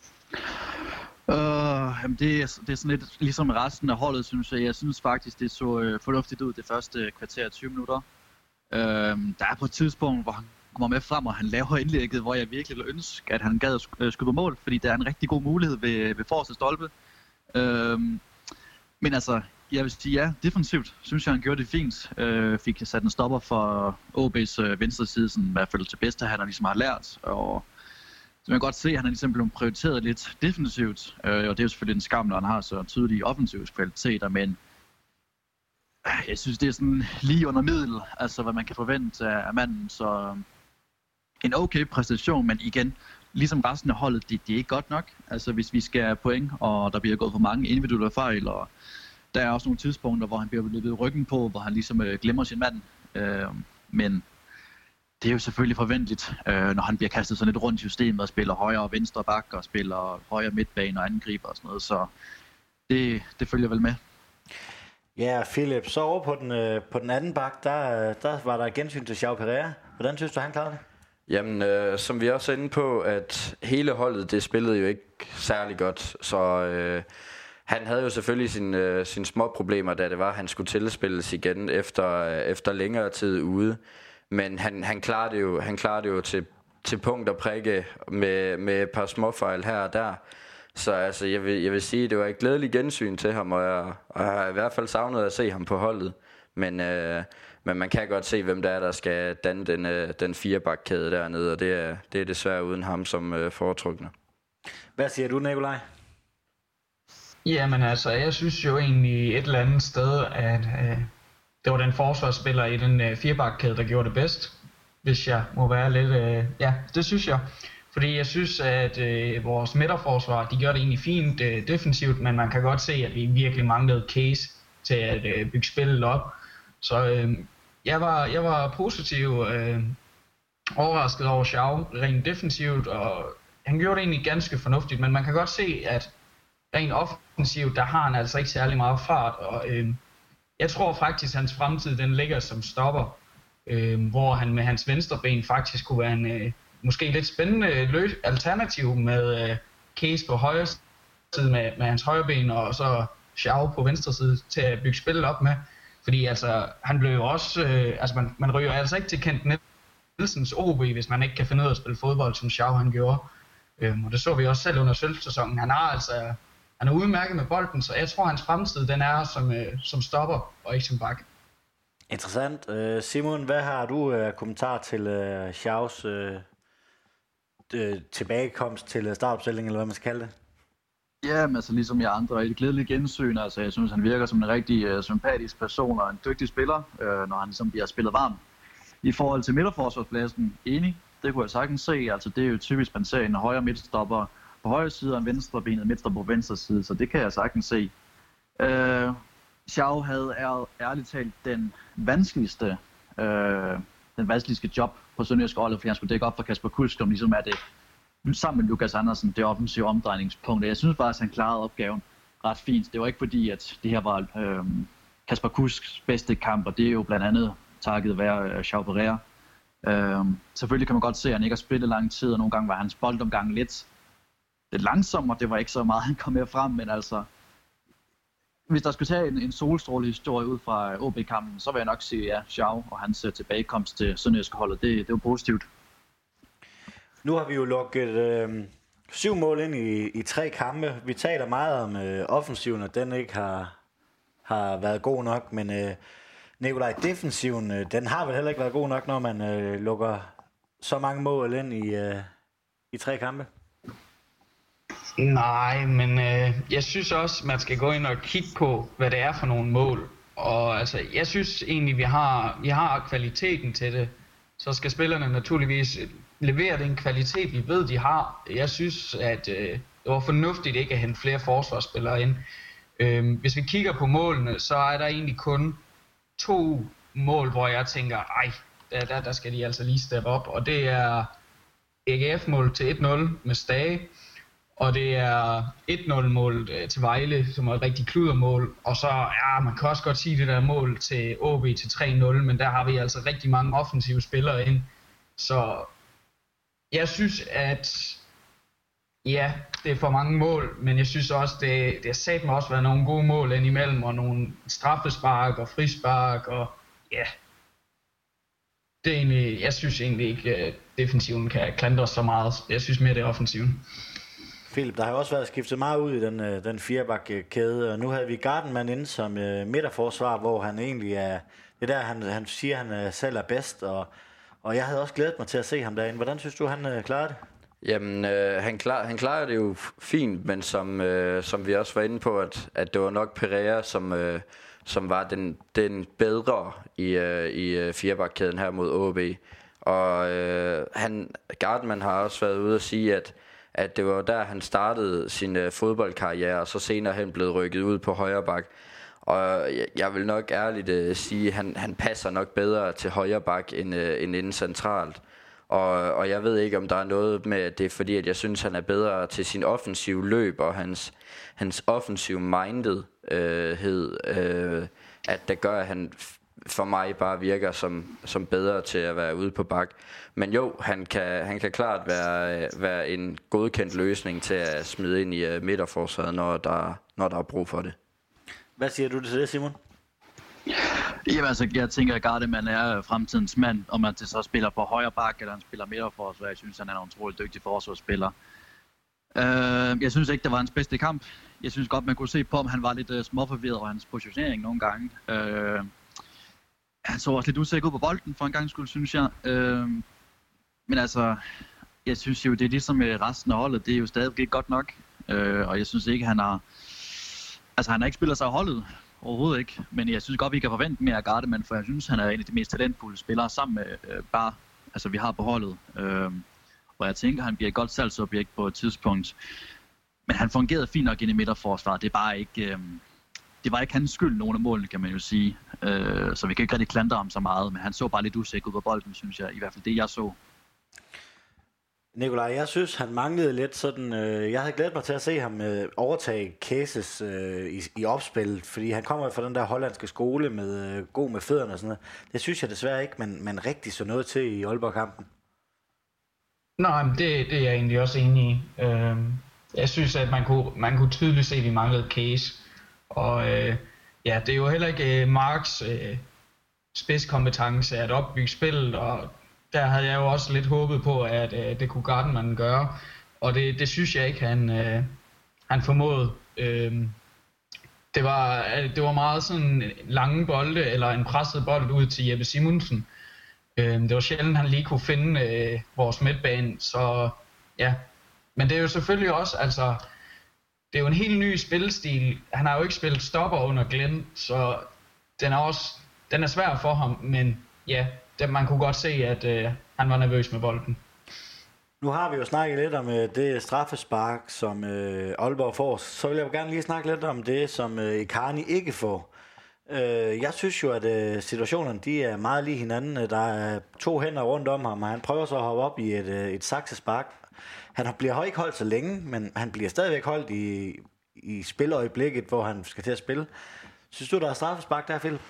Det er sådan lidt ligesom resten af holdet, synes jeg. Jeg synes faktisk, det så fornuftigt ud det første kvarter 20 minutter. Der er på et tidspunkt, hvor han kommer med frem, og han laver indlægget, hvor jeg virkelig vil ønske, at han gad at skyde på mål, fordi der er en rigtig god mulighed ved forreste stolpe. Men altså, jeg vil sige ja, defensivt synes jeg, han gjorde det fint. Fik sat en stopper for OB's venstre side, sådan, i hvert fald til bedste, han ligesom har lært. Og så man kan godt se, at han er ligesom blevet prioriteret lidt defensivt. Og det er jo selvfølgelig en skam, når han har så tydelige offensive kvaliteter, men jeg synes, det er sådan lige under middel, altså hvad man kan forvente af manden. Så en okay præstation, men igen, ligesom resten af holdet, det er ikke godt nok. Altså hvis vi skal have point, og der bliver gået for mange individuelle fejl, og der er også nogle tidspunkter, hvor han bliver løbet ryggen på, hvor han ligesom glemmer sin mand. Men det er jo selvfølgelig forventeligt, når han bliver kastet sådan lidt rundt i systemet og spiller højre og venstre bak og spiller højre midtbane og angriber og sådan noget. Så det følger vel med. Ja, Philip, så over på den anden bak, der var der gensyn til João Pereira. Hvordan synes du, han klarede det? Jamen, som vi også er inde på, at hele holdet, det spillede jo ikke særlig godt, så han havde jo selvfølgelig sine små problemer, da det var, at han skulle tilspilles igen efter længere tid ude. Men han klarede det jo til punkt og prikke med et par småfejl her og der. Så altså, jeg vil sige, at det var et glædeligt gensyn til ham, og jeg har i hvert fald savnet at se ham på holdet. Men man kan godt se, hvem der er, der skal danne den firebakkæde dernede, og det er desværre uden ham som foretrukne. Hvad siger du, Nikolaj? Jamen altså, jeg synes jo egentlig et eller andet sted, at det var den forsvarsspiller i den firebakkæde, der gjorde det bedst. Hvis jeg må være lidt... ja, det synes jeg. Fordi jeg synes, at vores midterforsvar, de gør det egentlig fint defensivt, men man kan godt se, at vi virkelig manglede case til at bygge spillet op. Så jeg var positiv overrasket over João rent defensivt, og han gjorde det egentlig ganske fornuftigt, men man kan godt se, at rent offensivt, der har han altså ikke særlig meget fart, og jeg tror faktisk, at hans fremtid den ligger som stopper, hvor han med hans venstre ben faktisk kunne være en måske lidt spændende alternativ med Case på højre side med hans højre ben, og så João på venstre side til at bygge spillet op med. Fordi altså, han blev jo også, man ryger altså ikke til Kent Nielsens OB, hvis man ikke kan finde ud af at spille fodbold, som João han gjorde. Og det så vi også selv under sølvsæsonen. Han er udmærket med bolden, så jeg tror, hans fremtid den er som stopper og ikke som bak. Interessant. Simon, hvad har du kommentar til Joãos tilbagekomst til startopstillingen, eller hvad man skal kalde det? Ja, men altså ligesom jeg andre i det glædelige gensyn, altså jeg synes, han virker som en rigtig sympatisk person og en dygtig spiller, når han ligesom bliver spillet varm. I forhold til midterforsvarspladsen, enig, det kunne jeg sagtens se, altså det er jo typisk, man ser en højre midtstopper på højre side, og en venstrebenet midtstopper på venstre side, så det kan jeg sagtens se. Xiao havde ærligt talt den vanskeligste job på Sønderjyske holdet, fordi han skulle dække op for Kasper Kusk, som ligesom er det, sammen med Lukas Andersen, det offensive omdrejningspunkt. Jeg synes bare, at han klarede opgaven ret fint. Det var ikke fordi, at det her var Kasper Kusks bedste kamp, og det er jo blandt andet takket være Xiao Pereira. Selvfølgelig kan man godt se, at han ikke har spillet lang tid, og nogle gange var hans boldomgang lidt langsom, og det var ikke så meget, han kom med frem, men altså, hvis der skulle tage en solstrålehistorie ud fra OB-kampen, så vil jeg nok sige, ja, Xiao og hans tilbagekomst til Sønderjyske holdet, det var positivt. Nu har vi jo lukket 7 mål ind i 3 kampe. Vi taler meget om offensiven, og den ikke har været god nok, men Nikolaj, defensiven, den har vel heller ikke været god nok, når man lukker så mange mål ind i 3 kampe? Nej, men jeg synes også, man skal gå ind og kigge på, hvad det er for nogle mål. Og altså, jeg synes egentlig, vi har kvaliteten til det. Så skal spillerne naturligvis levere den kvalitet, vi ved, de har. Jeg synes, at det var fornuftigt ikke at hente flere forsvarsspillere ind. Hvis vi kigger på målene, så er der egentlig kun 2 mål, hvor jeg tænker, der skal de altså lige steppe op. Og det er AGF-mål til 1-0 med Stage. Og det er 1-0-mål til Vejle, som er et rigtig kludermål. Og så, man kan også godt sige det der mål til OB til 3-0, men der har vi altså rigtig mange offensive spillere ind. Så jeg synes, at ja, det er for mange mål, men jeg synes også, det har satme også været nogle gode mål indimellem, og nogle straffespark og frispark, og ja. Det er egentlig, jeg synes egentlig ikke, at defensiven kan klandres så meget. Jeg synes mere, det er offensiven. Philip, der har jo også været skiftet meget ud i den firebakkæde, og nu havde vi Gardenman inde som midterforsvar, hvor han egentlig er, det der han siger, han selv er bedst, og jeg havde også glædet mig til at se ham derinde. Hvordan synes du, han klarede det? Jamen, han klarer det jo fint, men som vi også var inde på, at det var nok Pereira, som var den bedre i firebakkæden her mod OB. Og Gardenman har også været ude at sige, at det var der, han startede sin fodboldkarriere, og så senere hen blev rykket ud på højre bak. Og jeg vil nok ærligt sige, at han passer nok bedre til højre bak end inden centralt. Og jeg ved ikke, om der er noget med, at det er fordi, at jeg synes, han er bedre til sin offensive løb, og hans offensive mindedhed, at det gør, at han for mig bare virker som bedre til at være ude på bak. Men jo, han kan klart være en godkendt løsning til at smide ind i midterforsvaret, når der er brug for det. Hvad siger du til det, Simon? Jamen altså, jeg tænker, at Gardeman er fremtidens mand, om han så spiller på højre bak, eller han spiller midterforsvar. Jeg synes, han er en utrolig dygtig forsvarsspiller. Jeg synes ikke, det var hans bedste kamp. Jeg synes godt, man kunne se på, om han var lidt småforvirret over hans positionering nogle gange. Han så også lidt usikker ud på bolden for en gang skyld, synes jeg. Men altså, jeg synes jo, det er ligesom med resten af holdet. Det er jo stadig ikke godt nok. Og jeg synes ikke, han har ikke spillet sig af holdet. Overhovedet ikke. Men jeg synes godt, vi kan forvente mere af Gardeman, for jeg synes, han er en af de mest talentfulde spillere sammen med vi har på holdet. Og jeg tænker, han bliver et godt salgsobjekt på et tidspunkt. Men han fungerede fint nok ind i midterforsvaret. Det er bare ikke... Det var ikke hans skyld, nogle af målene, kan man jo sige. Så vi kan ikke rigtig klandre ham så meget, men han så bare lidt usikker ud på bolden, synes jeg. I hvert fald det, jeg så. Nikolaj, jeg synes, han manglede lidt sådan... jeg havde glædet mig til at se ham overtage cases i opspillet, fordi han kommer fra den der hollandske skole med god med fødderne og sådan noget. Det synes jeg desværre ikke, man rigtig så noget til i Aalborg-kampen. Nej, men det er jeg egentlig også enig i. Jeg synes, at man kunne tydeligt se, at vi manglede case. Og det er jo heller ikke Marks spidskompetence at opbygge spillet, og der havde jeg jo også lidt håbet på, at det kunne Gardenman gøre, og det synes jeg ikke, han formåede. Det var meget sådan lange bolde, eller en presset bold ud til Jeppe Simonsen. Det var sjældent, han lige kunne finde vores midtbane, så ja. Men det er jo selvfølgelig også, altså, det er jo en helt ny spillestil. Han har jo ikke spillet stopper under Glenn, så den er svær for ham, men ja, man kunne godt se, at han var nervøs med bolden. Nu har vi jo snakket lidt om det straffespark, som Aalborg får. Så vil jeg jo gerne lige snakke lidt om det, som Ikani ikke får. Jeg synes jo, at situationerne de er meget lige hinanden. Der er 2 hænder rundt om ham, og han prøver så at hoppe op i et saksespark. Han bliver ikke holdt så længe, men han bliver stadigvæk holdt i spiløjeblikket, hvor han skal til at spille. Synes du, der er straffespark der, Philip?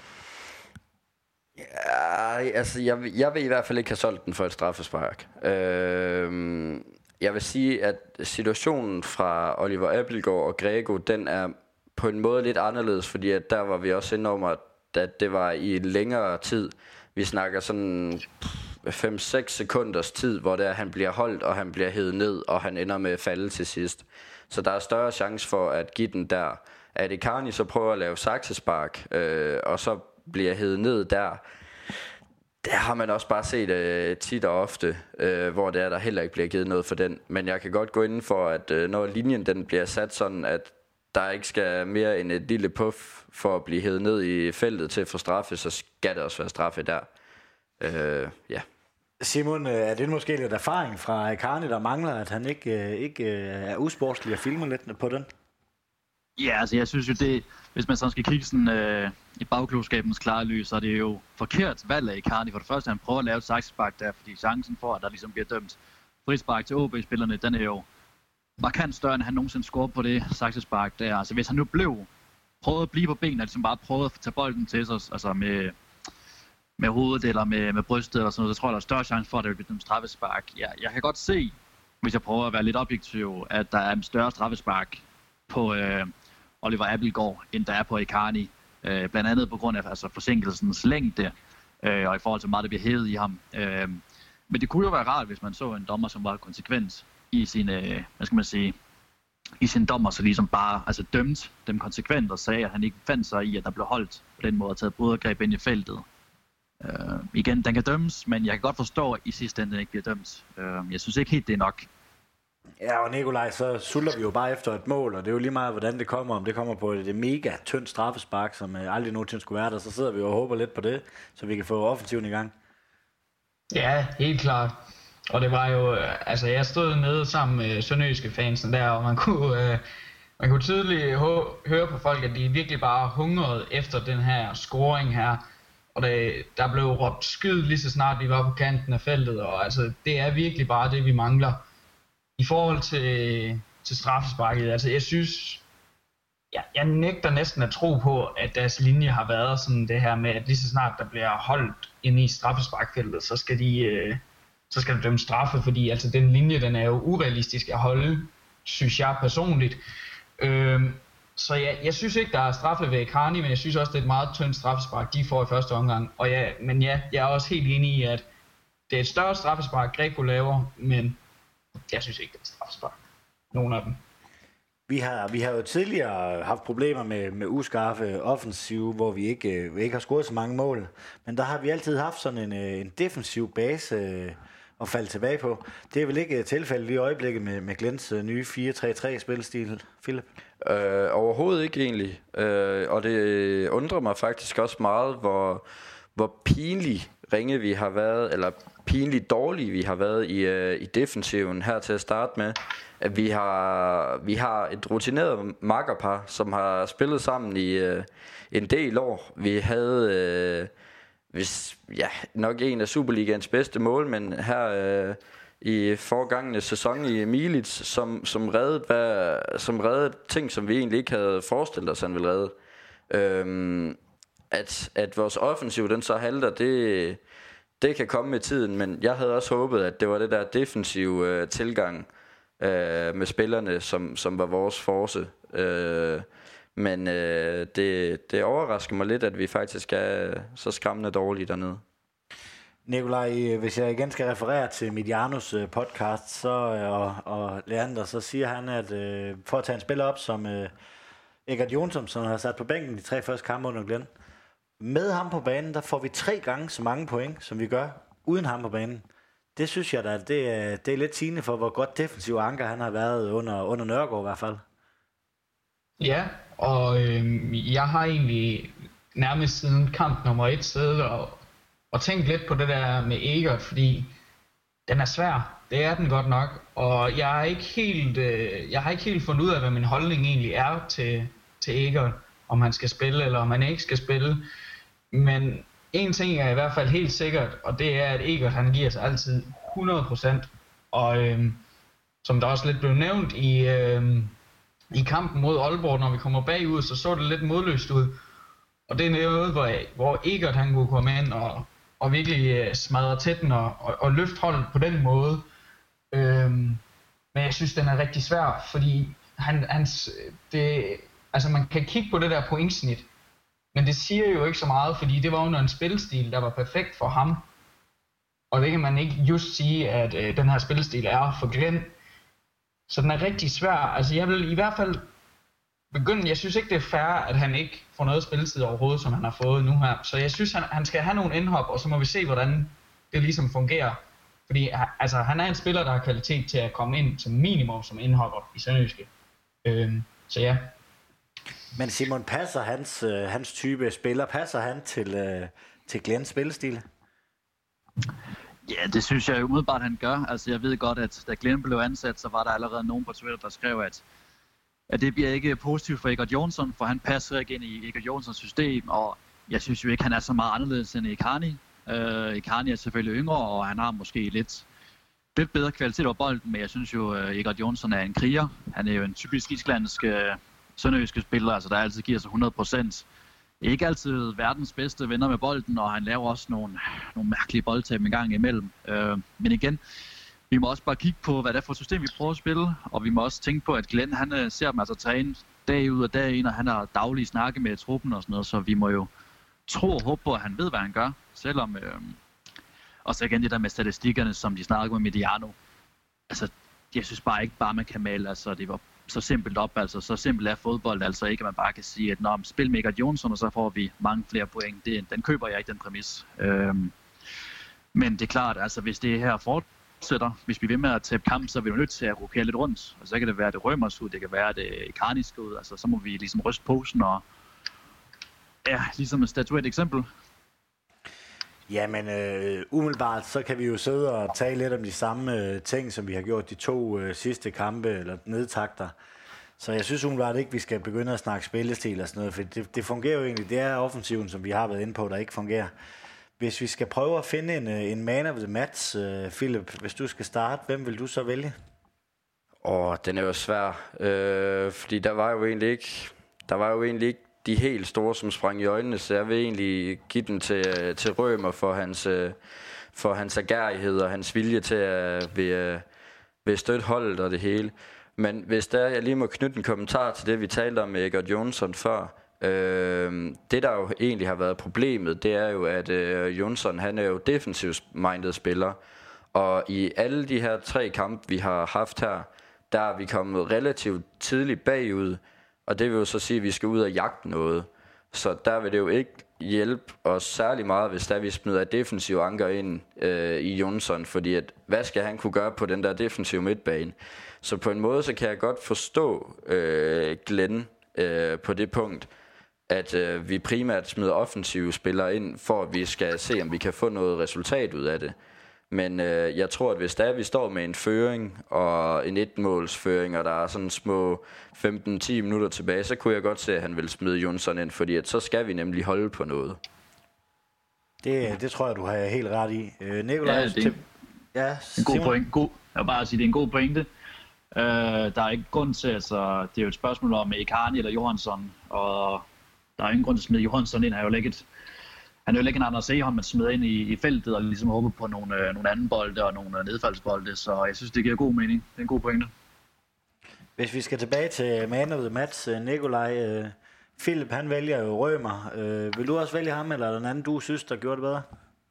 Ja, altså jeg vil i hvert fald ikke have solgt den for et straffespark. Jeg vil sige, at situationen fra Oliver Abildgaard og Grego, den er på en måde lidt anderledes, fordi at der var vi også inde om, at det var i en længere tid. Vi snakker sådan 5-6 sekunders tid, hvor det er, han bliver holdt, og han bliver hævet ned, og han ender med at falde til sidst. Så der er større chance for at give den der. At Ikani så prøver at lave saksespark, og så bliver hævet ned der. Der har man også bare set tit og ofte, hvor det er, der heller ikke bliver givet noget for den. Men jeg kan godt gå inden for, at når linjen den bliver sat sådan, at der ikke skal mere end et lille puff for at blive hævet ned i feltet til at få straffe, så skal det også være straffe der. Ja. Simon, er det måske lidt erfaring fra Ikani, der mangler, at han ikke er usportslig og filmer lidt på den? Ja, altså jeg synes jo det, hvis man så skal kigge sådan i bagklogskabens klare lys, så er det jo forkert valg af Ikani. For det første, han prøver at lave et saksespark der, fordi chancen for, at der ligesom bliver dømt frispark til OB-spillerne, den er jo markant større, end han nogensinde scorede på det saksespark der. Altså hvis han nu prøvede at blive på benene, ligesom bare prøvede at tage bolden til sig, altså med hovedet eller med brystet eller sådan noget, så tror jeg, der er større chance for, at det vil blive dømt straffespark. Ja, jeg kan godt se, hvis jeg prøver at være lidt objektiv, at der er en større straffespark på Oliver Abildgaard, end der er på Ikani. Blandt andet på grund af forsinkelsens længde, og i forhold til meget, der bliver hævet i ham. Men det kunne jo være rart, hvis man så en dommer, som var konsekvent i sin, i sin dommer, så ligesom bare dømte dem konsekvent og sagde, at han ikke fandt sig i, at der blev holdt på den måde og taget brodergreb ind i feltet. Igen, den kan dømmes, men jeg kan godt forstå, at i sidste ende den ikke bliver dømt. Jeg synes ikke helt, det er nok. Ja, og Nikolaj, så sulter vi jo bare efter et mål, og det er jo lige meget, hvordan det kommer. Om det kommer på et mega tyndt straffespark, som aldrig nogensinde skulle være der, så sidder vi og håber lidt på det, så vi kan få offensiven i gang. Ja, helt klart. Og det var jo, jeg stod nede sammen med sønderjyske fansen der, og man kunne tydeligt høre på folk, at de virkelig bare hungrede efter den her scoring her. Og der blev råbt skyd lige så snart vi var på kanten af feltet, og det er virkelig bare det, vi mangler. I forhold til straffesparket, jeg synes, jeg nægter næsten at tro på, at deres linje har været sådan det her med, at lige så snart der bliver holdt inde i straffesparkfeltet, så skal der dømme straffe, fordi den linje, den er jo urealistisk at holde, synes jeg personligt. Så jeg synes ikke, der er straffe ved Ikani, men jeg synes også, det er et meget tyndt straffespark, de får i første omgang. Men jeg er også helt enig i, at det er et større straffespark, Grego laver, men jeg synes ikke, det er et straffespark. Nogen af dem. Vi har jo tidligere haft problemer med uskarpe offensiv, hvor vi ikke har scoret så mange mål. Men der har vi altid haft sådan en defensiv base at falde tilbage på. Det er vel ikke tilfældet i øjeblikket med Glens nye 4-3-3 spilstil, Philip? Overhovedet ikke egentlig. Og det undrer mig faktisk også meget, hvor pinlig ringe vi har været, eller pinligt dårlige vi har været i defensiven her til at starte med. At vi har et rutineret makkerpar, som har spillet sammen i en del år. Vi havde nok en af Superligaens bedste målmænd her i forgangne sæson i Milic, som reddede ting, som vi egentlig ikke havde forestillet os, han ville redde. At vores offensiv, den så halter, det kan komme med tiden, men jeg havde også håbet, at det var det der defensive tilgang med spillerne, som var vores force. Men det overrasker mig lidt, at vi faktisk er så skræmmende dårlige dernede. Nikolaj, hvis jeg igen skal referere til Medianos podcast og Leander, så siger han, at for at tage en spiller op som Egert Jonsson, som har sat på bænken de 3 første kampe under Glenn, med ham på banen, der får vi 3 gange så mange point, som vi gør uden ham på banen. Det synes jeg da, det er lidt sigende for, hvor godt defensiv anker han har været under Nørgaard i hvert fald. Ja, og jeg har egentlig nærmest siden kamp nummer 1 siddet og tænkt lidt på det der med Egert, fordi Den er svær. Det er den godt nok. Og jeg har ikke helt fundet ud af, hvad min holdning egentlig er til Egon. Om han skal spille, eller om han ikke skal spille. Men en ting er i hvert fald helt sikkert, og det er, at Egon han giver sig altid 100%. Og som der også lidt blev nævnt i kampen mod Aalborg, når vi kommer bagud, så det lidt modløst ud. Og det er noget, hvor Egon han kunne komme ind og virkelig smadre tætten og løfte holdet på den måde. Men jeg synes, den er rigtig svær, fordi man kan kigge på det der pointsnit, men det siger jo ikke så meget, fordi det var under en spillestil, der var perfekt for ham. Og det kan man ikke just sige, at den her spillestil er for Glenn. Så den er rigtig svær. Altså jeg vil i hvert fald begynde, jeg synes ikke det er fair, at han ikke får noget spilletid overhovedet, som han har fået nu her. Så jeg synes, han skal have nogle indhop, og så må vi se, hvordan det ligesom fungerer. Fordi altså, han er en spiller, der har kvalitet til at komme ind som minimum som indhopper i Sønderjyske. Så ja. Men Simon, passer hans type spiller, passer han til Glens spillestil? Ja, det synes jeg jo umiddelbart, han gør. Altså, jeg ved godt, at da Glenn blev ansat, så var der allerede nogen på Twitter, der skrev, at det bliver ikke positivt for Egert Jonsson, for han passer ikke ind i Egert Jonssons system, og jeg synes jo ikke, han er så meget anderledes end Ikani. Ikani er selvfølgelig yngre, og han har måske lidt bedre kvalitet over bolden, men jeg synes jo, Egert Jonsson er en kriger. Han er jo en typisk islandsk sønderjyske spiller, altså der altid giver sig 100%. Ikke altid verdens bedste venner med bolden, og han laver også nogle mærkelige boldtab en gang imellem. Men igen, vi må også bare kigge på, hvad det er for et system, vi prøver at spille, og vi må også tænke på, at Glenn, han ser dem altså træne dag ud og dag ind, og han har daglige snakke med truppen og sådan noget, så vi må jo tro og håbe på, at han ved, hvad han gør, selvom... Og så igen det der med statistikkerne, som de snakkede med Mediano. Altså, jeg synes bare ikke bare, man kan male, altså det var så simpelt op, altså så simpelt er fodbold, altså ikke at man bare kan sige, at når spil med Egert Jonsson, og så får vi mange flere point. Den køber jeg ikke, den præmis. Men det er klart, altså hvis det her fortsætter, hvis vi vil med at tabe kamp, så er vi jo nødt til at rokere lidt rundt. Og så kan det være, det Rømers ud, det kan være, det Ikanisk ud, altså så må vi ligesom ryste posen og ja, ligesom at statuere et eksempel. Jamen, umiddelbart, så kan vi jo sidde og tale lidt om de samme ting, som vi har gjort de 2 sidste kampe, eller nedtakter. Så jeg synes umiddelbart ikke, vi skal begynde at snakke spillestil og sådan noget, for det fungerer jo egentlig. Det er offensiven, som vi har været inde på, der ikke fungerer. Hvis vi skal prøve at finde en man of the match, Philip, hvis du skal starte, hvem vil du så vælge? Den er jo svær, fordi der var jo egentlig ikke de helt store, som sprang i øjnene, så jeg vil egentlig give den til Rømer for hans agerighed og hans vilje til at vil støtte holdet og det hele. Men hvis jeg lige må knytte en kommentar til det, vi talte om med Egert Jonsson før. Det, der jo egentlig har været problemet, det er jo, at Jonsson, han er jo defensivt minded spiller. Og i alle de her 3 kampe, vi har haft her, der er vi kommet relativt tidligt bagud. Og det vil jo så sige, at vi skal ud og jagte noget. Så der vil det jo ikke hjælpe os særlig meget, hvis der vi smider et defensiv anker ind i Jonsson. Fordi at, hvad skal han kunne gøre på den der defensive midtbane? Så på en måde, så kan jeg godt forstå Glenn på det punkt, at vi primært smider offensive spillere ind, for at vi skal se, om vi kan få noget resultat ud af det. Men jeg tror, at hvis vi står med en føring og en 1-målsføring, og der er sådan små 15-10 minutter tilbage, så kunne jeg godt se, at han vil smide Jonsson ind, fordi at så skal vi nemlig holde på noget. Det tror jeg, du har helt ret i. Nikolaj, ja, det er en god point. Jeg vil bare sige, det er en god pointe. Der er ikke grund til, altså det er jo et spørgsmål om Ikani eller Johansson, og der er ingen grund til at smide Johansson ind. Han er jo ikke en Anders Ehon, man smider ind i feltet og ligesom håber på nogle anden bolde og nogle nedfaldsbolde, så jeg synes, det giver god mening. Det er en god pointe. Hvis vi skal tilbage til man of the match, Nikolaj, Philip, han vælger jo Rømer. Vil du også vælge ham, eller er der en anden, du synes, der gjorde det bedre?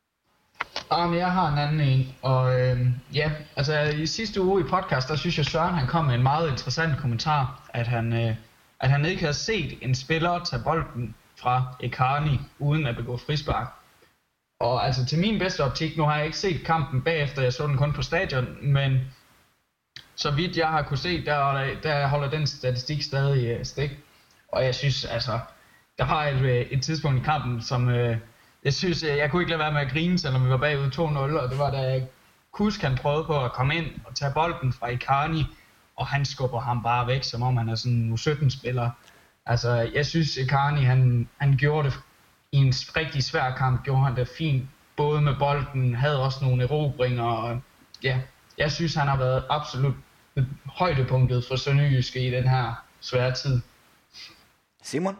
Jeg har en anden en, og ja, altså i sidste uge i podcast, der synes jeg Søren, han kom med en meget interessant kommentar, at han ikke havde set en spiller tage bolden fra Ikani uden at begå frispark. Og altså til min bedste optik, nu har jeg ikke set kampen bagefter, jeg så den kun på stadion, men så vidt jeg har kunne se, der holder den statistik stadig stik. Og jeg synes altså, der var et tidspunkt i kampen, som jeg synes, jeg kunne ikke lade være med at grine, selvom vi var bagud 2-0, og det var da Kusk han prøvede på at komme ind og tage bolden fra Ikani, og han skubber ham bare væk, som om han er sådan en U17-spiller. Altså, jeg synes, Ikani, han gjorde det i en rigtig svær kamp, gjorde han det fint, både med bolden, havde også nogle erobringer, og ja, jeg synes, han har været absolut højdepunktet for Sønderjyske i den her svære tid. Simon?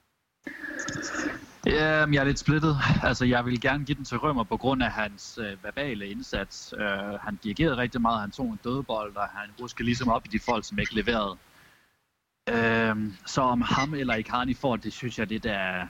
Jeg er lidt splittet. Altså, jeg vil gerne give den til Rømer på grund af hans verbale indsats. Han dirigerede rigtig meget, han tog en dødbold, og han ruskede ligesom op i de folk, som ikke leverede. Så om ham eller Ikani får det, synes jeg, det er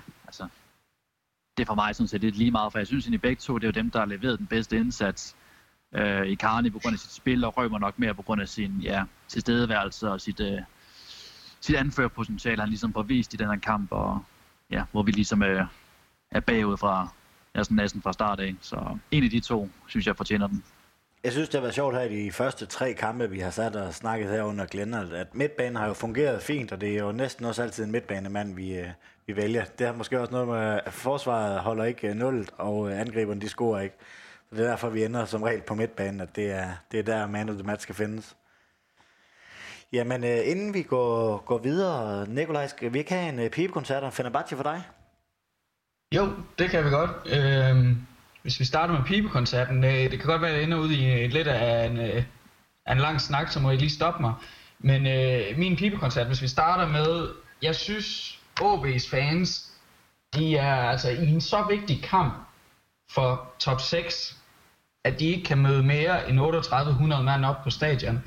for mig sådan set lidt lige meget, for jeg synes, at i begge to, det er jo dem, der har leveret den bedste indsats. Ikani på grund af sit spil, og Rømer nok mere på grund af sin tilstedeværelse og sit anførerpotentiale, han ligesom påvist i den her kamp, og ja, hvor vi ligesom er bagud fra næsten fra start af. Så en af de to, synes jeg, fortjener den. Jeg synes, det har været sjovt her i de første 3 kampe, vi har sat og snakket her under Glennert, at midtbanen har jo fungeret fint, og det er jo næsten også altid en midtbanemand, vi vælger. Det har måske også noget med, at forsvaret holder ikke nullet, og angriberne, de scorer ikke. Så det er derfor, vi ender som regel på midtbanen, at det er der, man of the match skal findes. Jamen, inden vi går videre, Nikolaj, skal vi ikke have en pibekoncert og Fenerbahce for dig? Jo, det kan vi godt. Hvis vi starter med pibekoncerten, det kan godt være, at jeg ender ud i lidt af en lang snak, så må I lige stoppe mig. Men min pibekoncert, hvis vi starter med, jeg synes, OB's fans, de er altså i en så vigtig kamp for top 6, at de ikke kan møde mere end 3800 mand op på stadion.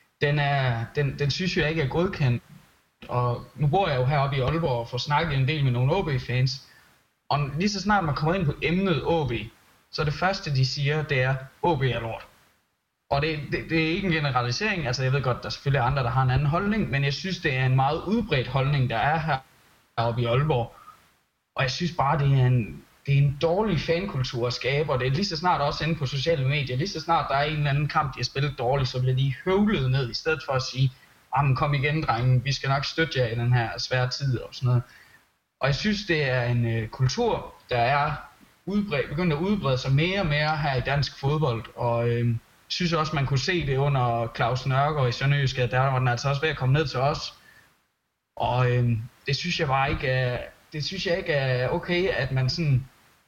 Den synes jeg ikke er godkendt. Og nu bor jeg jo heroppe i Aalborg og får snakket en del med nogle OB-fans. Og lige så snart man kommer ind på emnet OB, så det første de siger, det er, OB er lort. Og det er ikke en generalisering, altså jeg ved godt, der er selvfølgelig andre, der har en anden holdning, men jeg synes, det er en meget udbredt holdning, der er heroppe i Aalborg. Og jeg synes bare, det er en dårlig fankultur at skabe, og det er lige så snart også inde på sociale medier, lige så snart der er en eller anden kamp, de har spillet dårligt, så bliver de høvlet ned, i stedet for at sige, kom igen, drenge, vi skal nok støtte jer i den her svære tid og sådan noget. Og jeg synes, det er en kultur, der er begyndt at udbrede sig mere og mere her i dansk fodbold, og synes også, man kunne se det under Claus Nørgaard i Sønderjyske, der var den altså også ved at komme ned til os. Og det synes jeg bare ikke er, okay, at man sådan,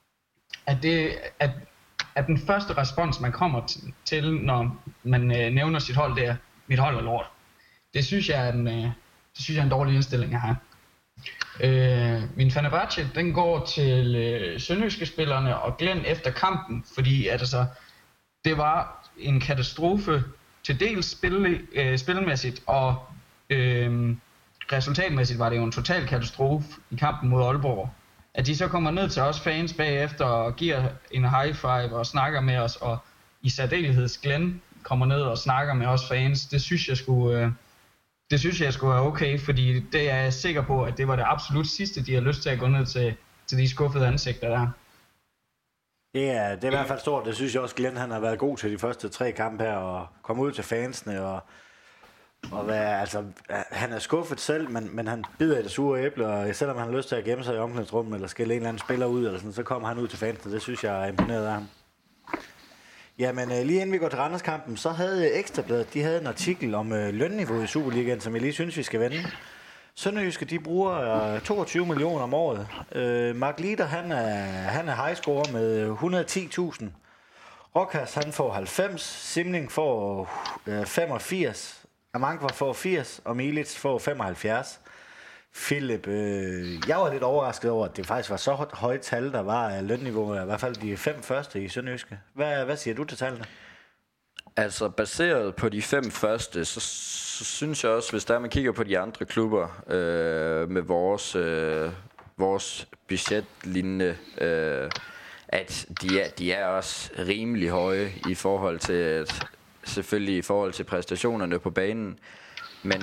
at den første respons, man kommer til, når man nævner sit hold, det er, mit hold er lort. Det synes jeg er en dårlig indstilling at have. Min Fenerbahce, den går til Sønderjyske spillerne og Glenn efter kampen, fordi altså, det var en katastrofe til dels spilmæssigt, og resultatmæssigt var det jo en total katastrofe i kampen mod Aalborg. At de så kommer ned til os fans bagefter og giver en high five og snakker med os, og i særdeleshed Glenn kommer ned og snakker med os fans, det synes jeg skulle være okay, fordi det er jeg sikker på, at det var det absolut sidste, de har lyst til at gå ned til de skuffede ansigter der. Det er i hvert fald stort. Det synes jeg også, Glenn han har været god til de første 3 kampe her, og komme ud til fansene, og være, altså, han er skuffet selv, men han bider i det sure æble, og selvom han har lyst til at gemme sig i omklædningsrummet, eller skille en eller anden spiller ud, eller sådan, så kommer han ud til fansene. Det synes jeg er imponeret af ham. Jamen, lige inden vi går til Randerskampen, så havde Ekstrabladet, de havde en artikel om lønniveauet i Superligaen, som jeg lige synes, vi skal vende. Sønderjyske, de bruger 22 millioner om året. Mark Lieder, han er highscorer med 110.000. Rokas, han får 90. Simling får 85. Amankwa får 80. Og Milic får 75. Philip, jeg var lidt overrasket over, at det faktisk var så højt tal, der var af lønniveau, i hvert fald de 5 første i Sønderjyske. Hvad siger du til tallene? Altså baseret på de 5 første, så synes jeg også, hvis der man kigger på de andre klubber med vores budgetlignende, at de er også rimelig høje i forhold til, selvfølgelig i forhold til præstationerne på banen. Men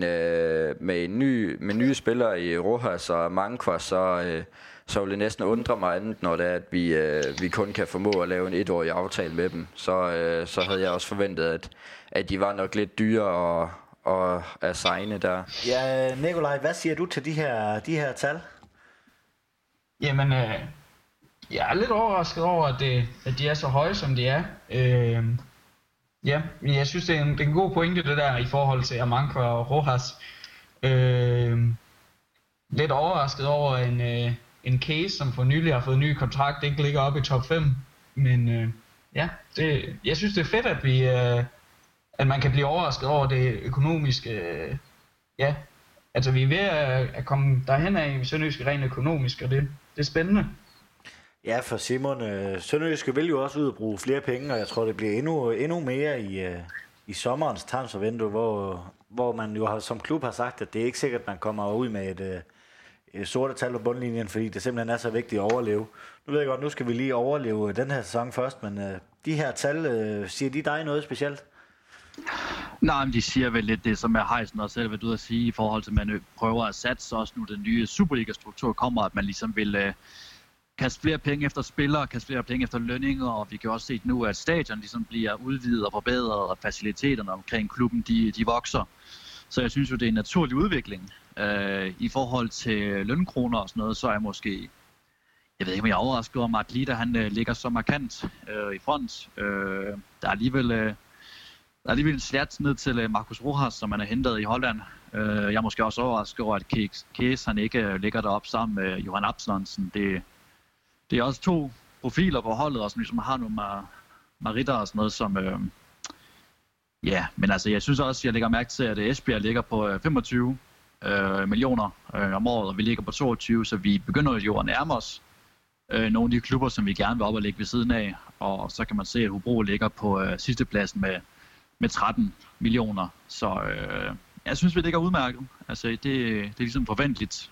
med nye spillere i Rojas og Amankwa, så vil det næsten undre mig andet, når det er, at vi kun kan formå at lave en 1-årig aftale med dem. Så havde jeg også forventet, at de var nok lidt dyre og at signe der. Ja, Nikolaj, hvad siger du til de her tal? Jamen, jeg er lidt overrasket over, at de er så høje, som de er. Ja, jeg synes, det er en god pointe, det der i forhold til Amanka og Rojas. Lidt overrasket over en Case, som for nylig har fået ny kontrakt, ikke ligger oppe i top 5. Men jeg synes, det er fedt, at man kan blive overrasket over det økonomiske. Altså vi er ved at komme derhen af i Sønderjyske rent økonomisk, og det er spændende. Ja, for Simon, Sønderjyske vil jo også ud og bruge flere penge, og jeg tror, det bliver endnu mere i sommerens transfervindue, hvor man jo som klub har sagt, at det er ikke sikkert, at man kommer ud med et sorte tal på bundlinjen, fordi det simpelthen er så vigtigt at overleve. Nu ved jeg godt, nu skal vi lige overleve den her sæson først, men de her tal, siger de dig noget specielt? Nej, men de siger vel lidt det, som er Heisen også selv, hvad du at sige, i forhold til, at man prøver at satse også nu, den nye Superliga-struktur kommer, at man ligesom vil kaste flere penge efter spillere, kaste flere penge efter lønninger, og vi kan også se nu, at stadion ligesom bliver udvidet og forbedret, og faciliteterne omkring klubben, de vokser. Så jeg synes jo, det er en naturlig udvikling. I forhold til lønkroner og sådan noget, så er jeg måske, jeg ved ikke, om jeg er overrasket over, at Mark Lider, han ligger så markant i front. Der er alligevel en slat ned til Marcus Rojas, som man har hentet i Holland. Jeg er måske også overrasket over, at Case han ikke ligger deroppe sammen med Johan Absalonsen. Det er også to profiler på holdet, og som ligesom har nogle maritter og sådan noget, som... men altså, jeg synes også, jeg lægger mærke til, at Esbjerg ligger på 25 millioner om året, og vi ligger på 22, så vi begynder jo at nærme os nogle af de klubber, som vi gerne vil op og lægge ved siden af. Og så kan man se, at Hobro ligger på sidstepladsen med 13 millioner. Så jeg synes, vi ligger udmærket. Altså, det er ligesom forventeligt.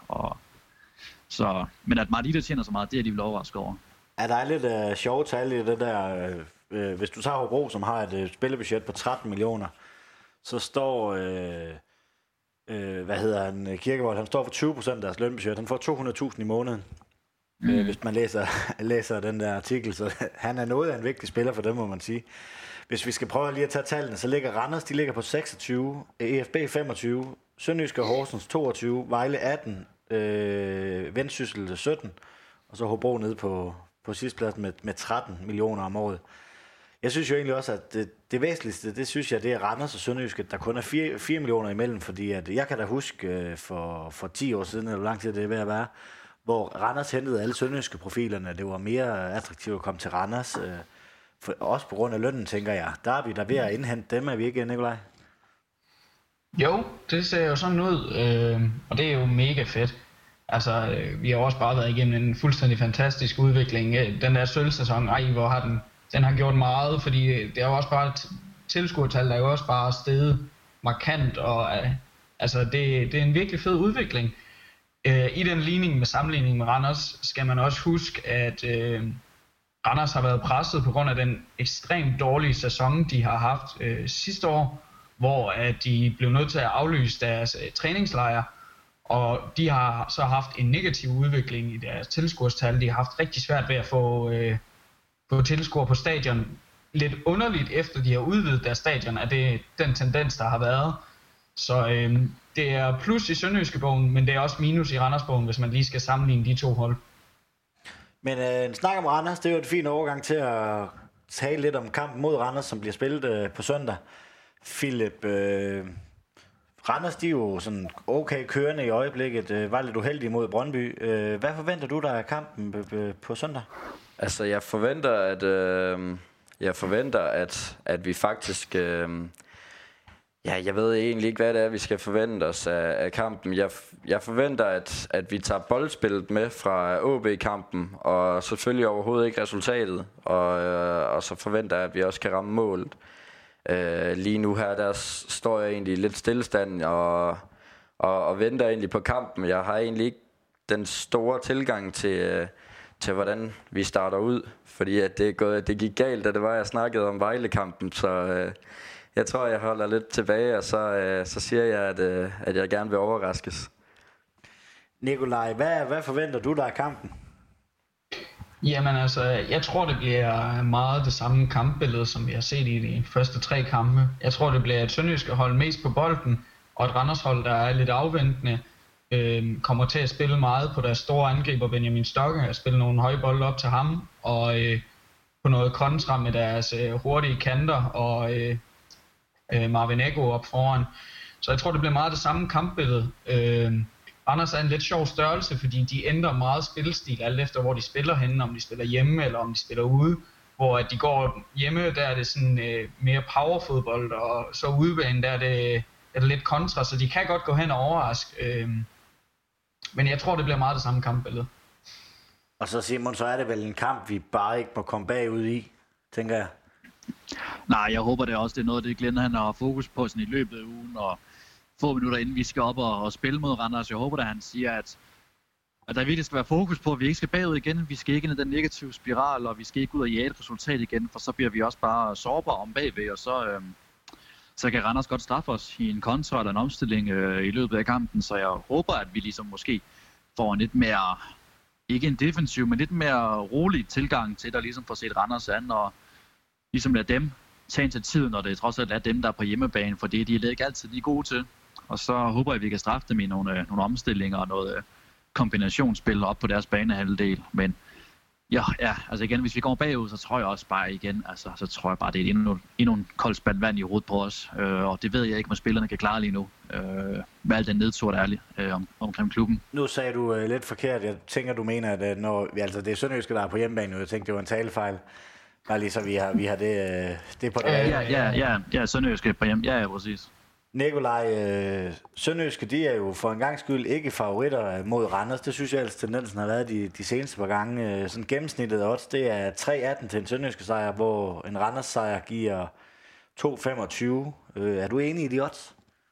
Men at Marlita tjener så meget, det er de vel overrasket over. Der er lidt sjove tal i det der. Hvis du tager Hobro, som har et spillebudget på 13 millioner, så står Kirkevold, han står for 20% af deres lønbudget. Han får 200.000 i måneden. Hvis man læser den der artikel, så han er noget af en vigtig spiller for dem, må man sige. Hvis vi skal prøve lige at tage tallene, så ligger Randers, de ligger på 26, EFB 25, Sønderjyske og Horsens 22, Vejle 18, Vendsyssel 17, og så Hobro nede på sidstpladsen med 13 millioner om året. Jeg synes jo egentlig også, at det væsentligste, det synes jeg, det er Randers og Sønderjyske, der kun er 4 millioner imellem, fordi at jeg kan da huske for 10 år siden, eller hvor lang tid det er ved at være, hvor Randers hentede alle sønderjyske profilerne. Det var mere attraktivt at komme til Randers, også på grund af lønnen, tænker jeg. Der er vi der ved at indhente dem, er vi ikke, Nikolaj? Jo, det ser jo sådan ud, og det er jo mega fedt. Altså, vi har også bare været igennem en fuldstændig fantastisk udvikling. Den der sølvsæson, hvor har den har gjort meget, fordi det er jo også bare tilskuertal, der er jo også bare steget markant, og altså, det er en virkelig fed udvikling. I den ligning med sammenligning med Randers, skal man også huske, at Randers har været presset på grund af den ekstremt dårlige sæson, de har haft sidste år, hvor de blev nødt til at aflyse deres træningslejre, og de har så haft en negativ udvikling i deres tilskuerstal. De har haft rigtig svært ved at få tilskuere på stadion. Lidt underligt efter de har udvidet deres stadion, er det den tendens, der har været. Så det er plus i Sønderjyskebogen, men det er også minus i Randersbogen, hvis man lige skal sammenligne de to hold. Men en snak om Randers, det er jo et fint overgang til at tale lidt om kampen mod Randers, som bliver spillet på søndag. Philip, Randers, de er jo sådan okay kørende i øjeblikket, var lidt uheldige mod Brøndby. Hvad forventer du der af kampen på søndag? Altså, jeg forventer, at vi faktisk... jeg ved egentlig ikke, hvad det er, vi skal forvente os af kampen. Jeg forventer, at vi tager boldspillet med fra AB-kampen, og selvfølgelig overhovedet ikke resultatet. Og så forventer jeg, at vi også kan ramme målet. Lige nu her, der står jeg egentlig lidt stillestand og venter egentlig på kampen. Jeg har egentlig ikke den store tilgang til hvordan vi starter ud, fordi at det gik galt, da det var, jeg snakkede om Vejle-kampen, så jeg tror, jeg holder lidt tilbage, og så siger jeg, at jeg gerne vil overraskes. Nikolaj, hvad forventer du der af kampen? Jamen altså, jeg tror, det bliver meget det samme kampbillede, som vi har set i de første 3 kampe. Jeg tror, det bliver et Sønderjyske hold mest på bolden, og et Randers hold, der er lidt afventende, kommer til at spille meget på deres store angriber Benjamin Stokke, at spille nogle høje bolde op til ham, og på noget kontra med deres hurtige kanter og Marvin Ego op foran. Så jeg tror, det bliver meget det samme kampbillede. Randers er en lidt sjov størrelse, fordi de ændrer meget spillestil, alt efter hvor de spiller henne, om de spiller hjemme eller om de spiller ude. Hvor at de går hjemme, der er det sådan mere powerfodbold, og så udebanen, der er det lidt kontra, så de kan godt gå hen og overraske. Men jeg tror, det bliver meget det samme kampbillede. Og så Simon, så er det vel en kamp, vi bare ikke må komme bagud i, tænker jeg. Nej, jeg håber det også. Det er noget, det Glenn han har fokus på sådan i løbet af ugen, og få minutter inden vi skal op og spille mod Randers. Jeg håber, at han siger, at der virkelig skal være fokus på, at vi ikke skal bagud igen. Vi skal ikke ind i den negative spiral, og vi skal ikke ud og jage et resultat igen, for så bliver vi også bare sårbare om bagved, og så kan Randers godt straffe os i en kontra eller en omstilling i løbet af kampen. Så jeg håber, at vi ligesom måske får en lidt mere, ikke en defensiv, men lidt mere rolig tilgang til, der ligesom får set Randers an, og ligesom lade dem tage initiativet, når det trods alt er dem, der er på hjemmebane, for det er de ikke altid lige gode til. Og så håber jeg, at vi kan straffe dem i nogle omstillinger og noget kombinationsspil op på deres banehalvdel. Men ja, altså igen, hvis vi går bagud, så tror jeg også bare igen, altså så tror jeg bare, det er endnu en kold spand vand i hovedet på os. Og det ved jeg ikke, om spillerne kan klare lige nu. Med al den nedtur, der er omkring klubben. Nu sagde du lidt forkert. Jeg tænker, du mener, at når altså det er Sønderjyske, der er på hjemmebane nu. Jeg tænkte, det var en talefejl. Bare lige så vi har det på det. Ja, Sønderjyske på hjem. Ja, præcis. Nikolaj, Sønderjyske, de er jo for en gang skyld ikke favoritter mod Randers. Det synes jeg ellers tendensen har været de seneste par gange. Sådan gennemsnittet odds, det er 3,18 til en Sønderjyske sejr, hvor en Randers sejr giver 2,25. Er du enig i de odds?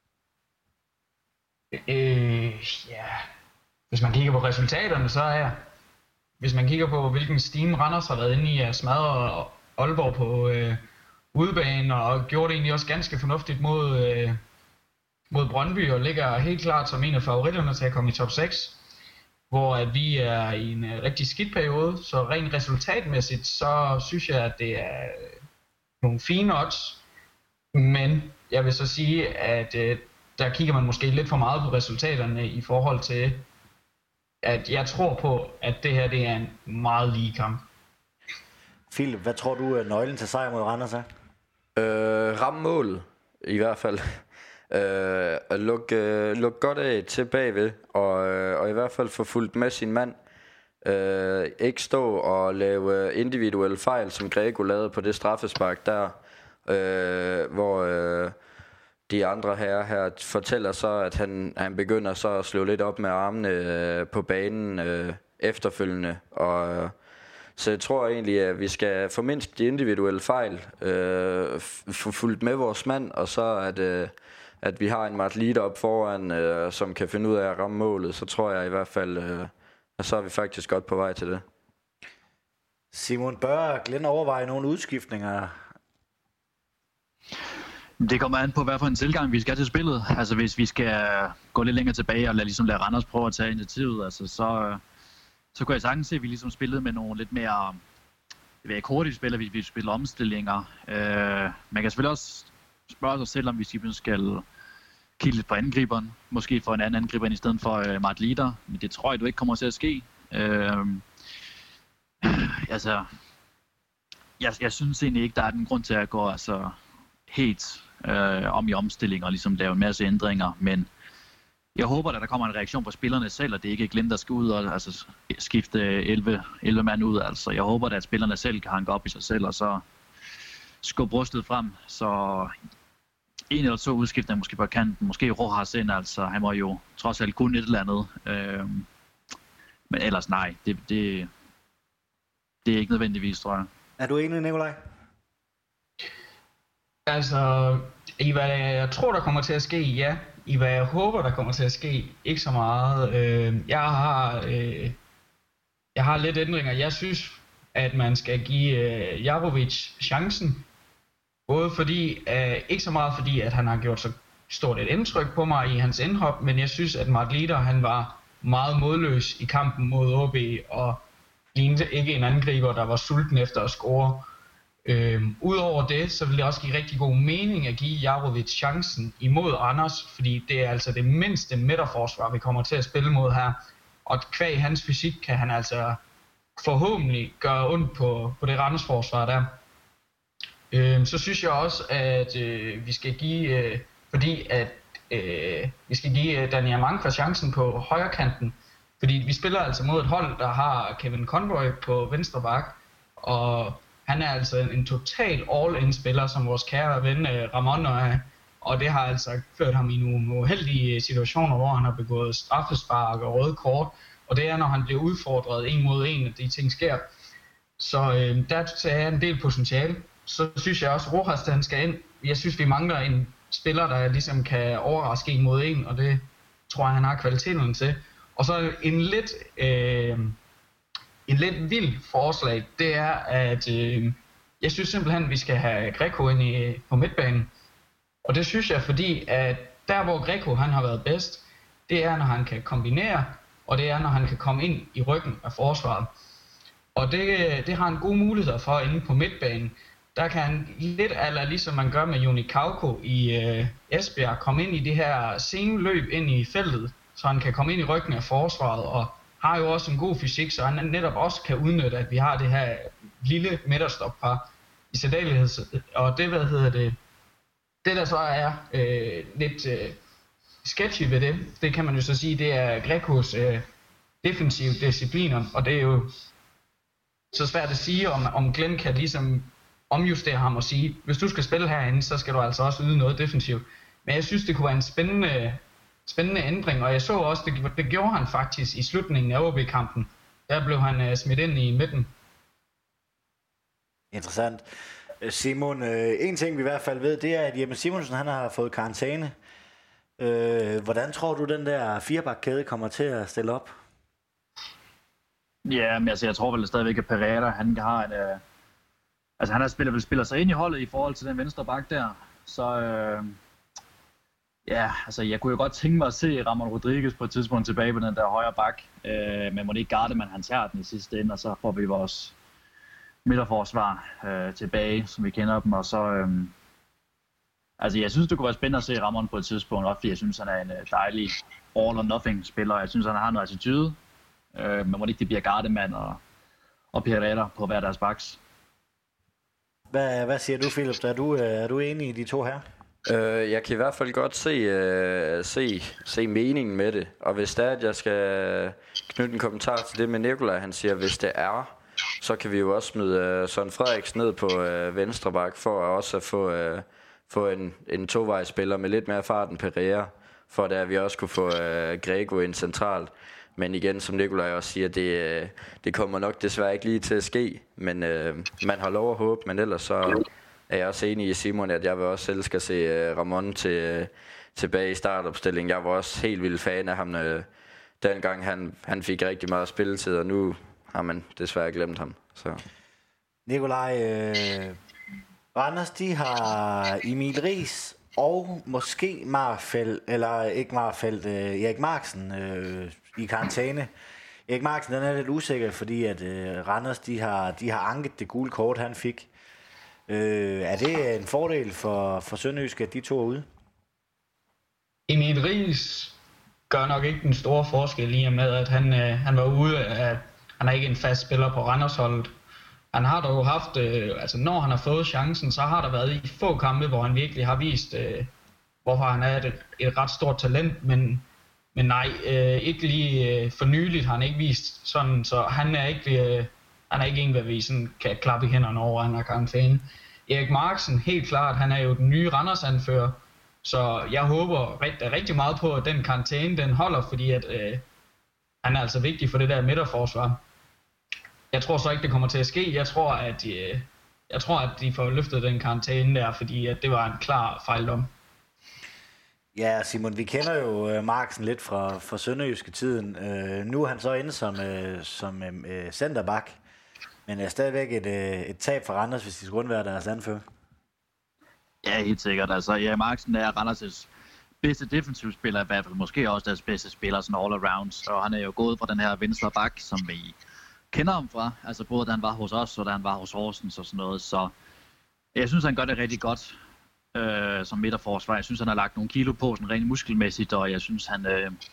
Ja. Hvis man kigger på resultaterne, så er jeg. Hvis man kigger på, hvilken stime Randers har været inde i at smadre Aalborg på udebane, og gjorde det egentlig også ganske fornuftigt mod Brøndby, og ligger helt klart som en af favoritterne til at komme i top 6, hvor at vi er i en rigtig skidt periode, så rent resultatmæssigt, så synes jeg, at det er nogle fine odds, men jeg vil så sige, at der kigger man måske lidt for meget på resultaterne i forhold til, at jeg tror på, at det her det er en meget lige kamp. Philip, hvad tror du nøglen til sejr mod Randers er? Ramme målet, i hvert fald. At lukke godt af til bagved, og i hvert fald få fulgt med sin mand. Ikke stå og lave individuelle fejl, som Grego lavede på det straffespark der, hvor de andre her fortæller så, at han begynder så at slå lidt op med armene på banen efterfølgende, og så jeg tror egentlig, at vi skal formindske de individuelle fejl, få fulgt med vores mand, og så at vi har en Martlita op foran, som kan finde ud af at ramme målet, så tror jeg i hvert fald, at så er vi faktisk godt på vej til det. Simon, bør Glenn overveje nogle udskiftninger? Det kommer an på, hvad for en tilgang vi skal til spillet. Altså hvis vi skal gå lidt længere tilbage og lade Randers prøve at tage initiativet, altså så kunne jeg sagtens se, at vi ligesom spillede med nogle lidt mere hurtige spillere, hvis vi spiller omstillinger. Man kan selvfølgelig også spørge sig selv, om vi skal kigge lidt på angriberen. Måske få en anden angriber i stedet for Martlita. Men det tror jeg, du ikke kommer til at ske. Jeg synes egentlig ikke, der er den grund til at gå helt om i omstillinger og ligesom lave en masse ændringer. Men jeg håber, at der kommer en reaktion fra spillerne selv, og det er ikke Glenn, der skal ud og skifte 11 mand ud. Altså, jeg håber, at spillerne selv kan hanke op i sig selv, og så skubbe brystet frem. Så en eller to udskiftninger måske på kanten. Måske Rojas ind, altså han må jo trods alt kun et eller andet. Men ellers nej, det er ikke nødvendigvis, tror jeg. Er du enig, Nikolaj? Altså, i hvad jeg tror, der kommer til at ske, ja. I hvad jeg håber, der kommer til at ske, ikke så meget. Jeg har lidt ændringer. Jeg synes, at man skal give Jarovic chancen. Både fordi, ikke så meget fordi, at han har gjort så stort et indtryk på mig i hans indhop, men jeg synes, at Martlita, han var meget modløs i kampen mod OB, og lignede ikke en angriber, der var sulten efter at score. Udover det, så vil det også give rigtig god mening at give Jarovic chancen imod Randers, fordi det er altså det mindste midterforsvar, vi kommer til at spille mod her. Og kvæg hans fysik kan han altså forhåbentlig gøre ondt på det Randers-forsvar der. Så synes jeg også, at vi skal give, vi skal give Daniel Mankwa chancen på højrekanten. Fordi vi spiller altså mod et hold, der har Kevin Conroy på venstre bak, og han er altså en total all-in-spiller, som vores kære ven Ramon er. Og det har altså ført ham i nogle uheldige situationer, hvor han har begået straffespark og røde kort. Og det er, når han bliver udfordret 1 mod 1, at de ting sker. Så der er en del potentiale. Så synes jeg også, at Rojas, han skal ind. Jeg synes, vi mangler en spiller, der ligesom kan overraske 1 mod 1, og det tror jeg, han har kvaliteterne til. Og så en lidt vild forslag, det er, at jeg synes simpelthen, at vi skal have Greco ind på midtbanen. Og det synes jeg, fordi at der, hvor Greco han har været bedst, det er, når han kan kombinere, og det er, når han kan komme ind i ryggen af forsvaret. Og det har han gode muligheder for inde på midtbanen. Der kan han lidt ligesom man gør med Joni Kauko i Esbjerg, komme ind i det her seneløb ind i feltet, så han kan komme ind i ryggen af forsvaret, og har jo også en god fysik, så han netop også kan udnytte, at vi har det her lille midterstoppar i særdeleshed. Og det, det der så er lidt sketchy ved det kan man jo så sige, det er Grecos defensive discipliner, og det er jo så svært at sige, om Glenn kan ligesom omjustere ham og sige, hvis du skal spille herinde, så skal du altså også yde noget defensivt. Men jeg synes, det kunne være en spændende ændring, og jeg så også, det gjorde han faktisk i slutningen af OB-kampen. Der blev han smidt ind i midten. Interessant. Simon, en ting vi i hvert fald ved, det er, at Jeppe Simonsen han har fået karantæne. Hvordan tror du, den der 4-bakkæde kommer til at stille op? Ja, men altså, jeg tror vel stadigvæk, at Pereira, han har en... han har spiller sig ind i holdet i forhold til den venstre bak der. Så jeg kunne jo godt tænke mig at se Ramon Rodriguez på et tidspunkt tilbage på den der højre bak. Men må det ikke Gardeman, han tager den i sidste ende, og så får vi vores midterforsvar tilbage, som vi kender dem. Og så... jeg synes, det kunne være spændende at se Ramon på et tidspunkt, også fordi jeg synes, han er en dejlig all-or-nothing-spiller. Jeg synes, han har noget attitude. Men må det ikke det bliver Gardeman og Pereira på hver deres baks. Hvad siger du, Philip? Er du enig i de to her? Jeg kan i hvert fald godt se meningen med det. Og hvis det er, at jeg skal knytte en kommentar til det med Nikolaj, han siger, hvis det er, så kan vi jo også smide Søren Frederiksen ned på venstre bak, for også at få en tovejsspiller med lidt mere fart end Pereira, for at vi også kunne få Grego ind centralt. Men igen, som Nikolaj også siger, det kommer nok desværre ikke lige til at ske. Men man har lov at håbe, men ellers så er jeg også enig i Simon, at jeg vil også selv skal se Ramon tilbage i startopstillingen. Jeg var også helt vildt fan af ham, dengang han fik rigtig meget spilletid, og nu har man desværre glemt ham. Så. Nikolaj, Randers, de har Emil Riis og måske Erik Marksen i karantæne. Erik Marksen, den er lidt usikker, fordi at Randers, de har anket det gule kort, han fik. Er det en fordel for Sønderjysk, at de to er ude? Emil Riis gør nok ikke den store forskel i og med, at han var ude af... Han er ikke en fast spiller på Randersholdet. Han har dog haft, når han har fået chancen, så har der været i få kampe, hvor han virkelig har vist, hvorfor han er et ret stort talent, men nej, ikke lige for nyligt har han ikke vist sådan, så han er ikke en, hvad vi sådan kan klappe i hænderne over, han har karantæne. Erik Marksen, helt klart, han er jo den nye Randers-anfører, så jeg håber rigtig meget på, at den karantæne, den holder, fordi at han er altså vigtig for det der midterforsvar. Jeg tror så ikke, det kommer til at ske. Jeg tror, at de får løftet den karantæne der, fordi at det var en klar fejldom. Ja, Simon, vi kender jo Marksen lidt fra Sønderjyske tiden. Nu er han så inde som centerback, men er stadigvæk et tab for Randers, hvis de skulle undvære deres anfører. Ja, helt sikkert. Altså, ja, Marksen er Randers' bedste defensivspiller, i hvert fald måske også deres bedste spiller, sådan all around. Og han er jo gået fra den her venstre bak, som vi kender ham fra. Altså både da han var hos os, og da han var hos Horsens og sådan noget. Så jeg synes, han gør det rigtig godt som midterforsvar. Jeg synes, han har lagt nogle kilo på, sådan rent muskelmæssigt, og jeg synes,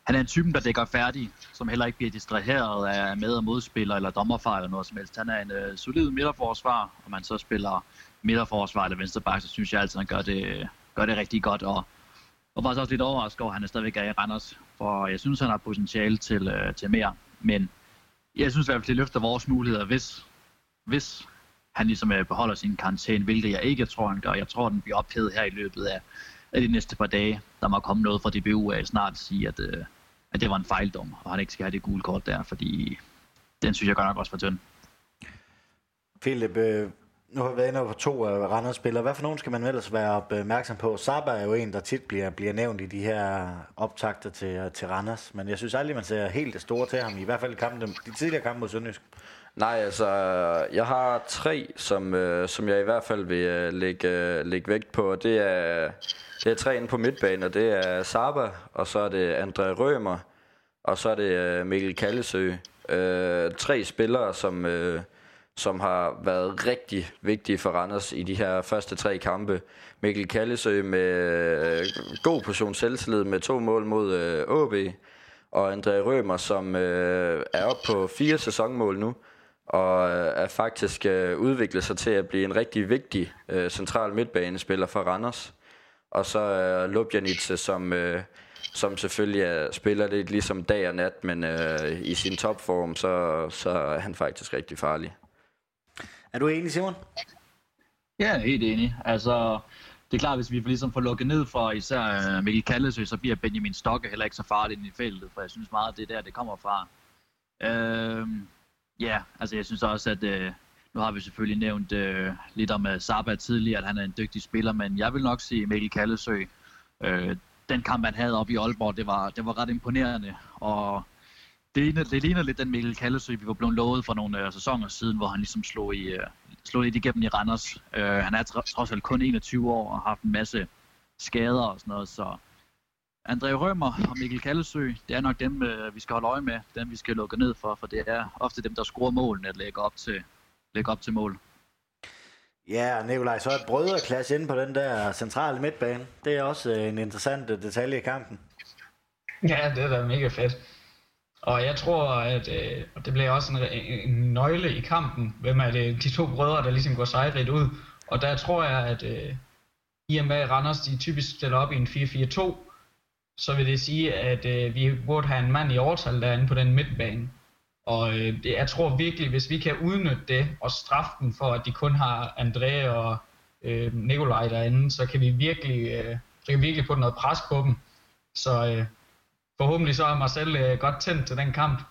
han er en typen, der dækker færdig, som heller ikke bliver distraheret af med- og modspiller eller dommerfejl eller noget som helst. Han er en solid midterforsvar, og man så spiller midterforsvar eller venstreback, så synes jeg altid, han gør det rigtig godt. Og faktisk også lidt overrasket over, at han er stadigvæk i Randers, for jeg synes, han har potentiale til mere. Men jeg synes i hvert fald, det løfter vores muligheder, hvis han ligesom beholder sin karantæne, hvilket jeg ikke tror, han gør. Jeg tror, den bliver ophævet her i løbet af de næste par dage. Der må komme noget fra DBU af snart sige, at det var en fejldom, og han ikke skal have det gule kort der, fordi den synes jeg godt nok også var tynd. Philip, nu har vi været inde på 2 Randers-spillere. Hvad for nogen skal man ellers være opmærksom på? Saba er jo en, der tit bliver nævnt i de her optakter til Randers, men jeg synes aldrig, man ser helt det store til ham, i hvert fald i de tidligere kampe mod Sønderjysk. Nej, altså, jeg har 3, som jeg i hvert fald vil lægge vægt på, og det er 3 inde på midtbanen, og det er Saba, og så er det André Rømer, og så er det Mikkel Kallesøe. 3 spillere, som har været rigtig vigtige for Randers i de her første 3 kampe. Mikkel Kallesøe med god portion selvtillid med 2 mål mod AaB, og André Rømer, som er oppe på 4 sæsonmål nu, og er faktisk udviklet sig til at blive en rigtig vigtig central midtbanespiller for Randers. Og så Lubjanic, som selvfølgelig spiller lidt ligesom dag og nat, men i sin topform, så er han faktisk rigtig farlig. Er du enig, Simon? Ja, jeg er helt enig. Altså, det er klart, hvis vi ligesom får lukket ned for især Mikkel Kallesøe, så bliver Benjamin Stokke heller ikke så farlig ind i feltet, for jeg synes meget, at det er der, det kommer fra. Altså jeg synes også, at nu har vi selvfølgelig nævnt lidt om Saba tidligere, at han er en dygtig spiller, men jeg vil nok sige Mikkel Kallesøe. Den kamp, han havde oppe i Aalborg, det var ret imponerende, og det ligner lidt den Mikkel Kallesøe, vi var blevet lovet for nogle sæsoner siden, hvor han ligesom slog lidt igennem i Randers. Han er trods alt kun 21 år og har haft en masse skader og sådan noget, så André Rømer og Mikkel Kallesøe, det er nok dem, vi skal holde øje med, dem vi skal lukke ned for det er ofte dem, der scorer målene at lægge op til mål. Ja, Nikolaj, så et brødreklasse inde på den der centrale midtbane. Det er også en interessant detalje i kampen. Ja, det er da mega fedt. Og jeg tror, at det bliver også en nøgle i kampen, hvem er det de 2 brødre, der ligesom går sejrigt ud. Og der tror jeg, at i og med at Randers de typisk stiller op i en 4-4-2, så vil det sige, at vi burde have en mand i overtal derinde på den midtbane. Og jeg tror virkelig, hvis vi kan udnytte det og straffe dem for, at de kun har André og Nikolaj derinde, så kan vi virkelig få noget pres på dem. Så forhåbentlig så er Marcel godt tændt til den kamp.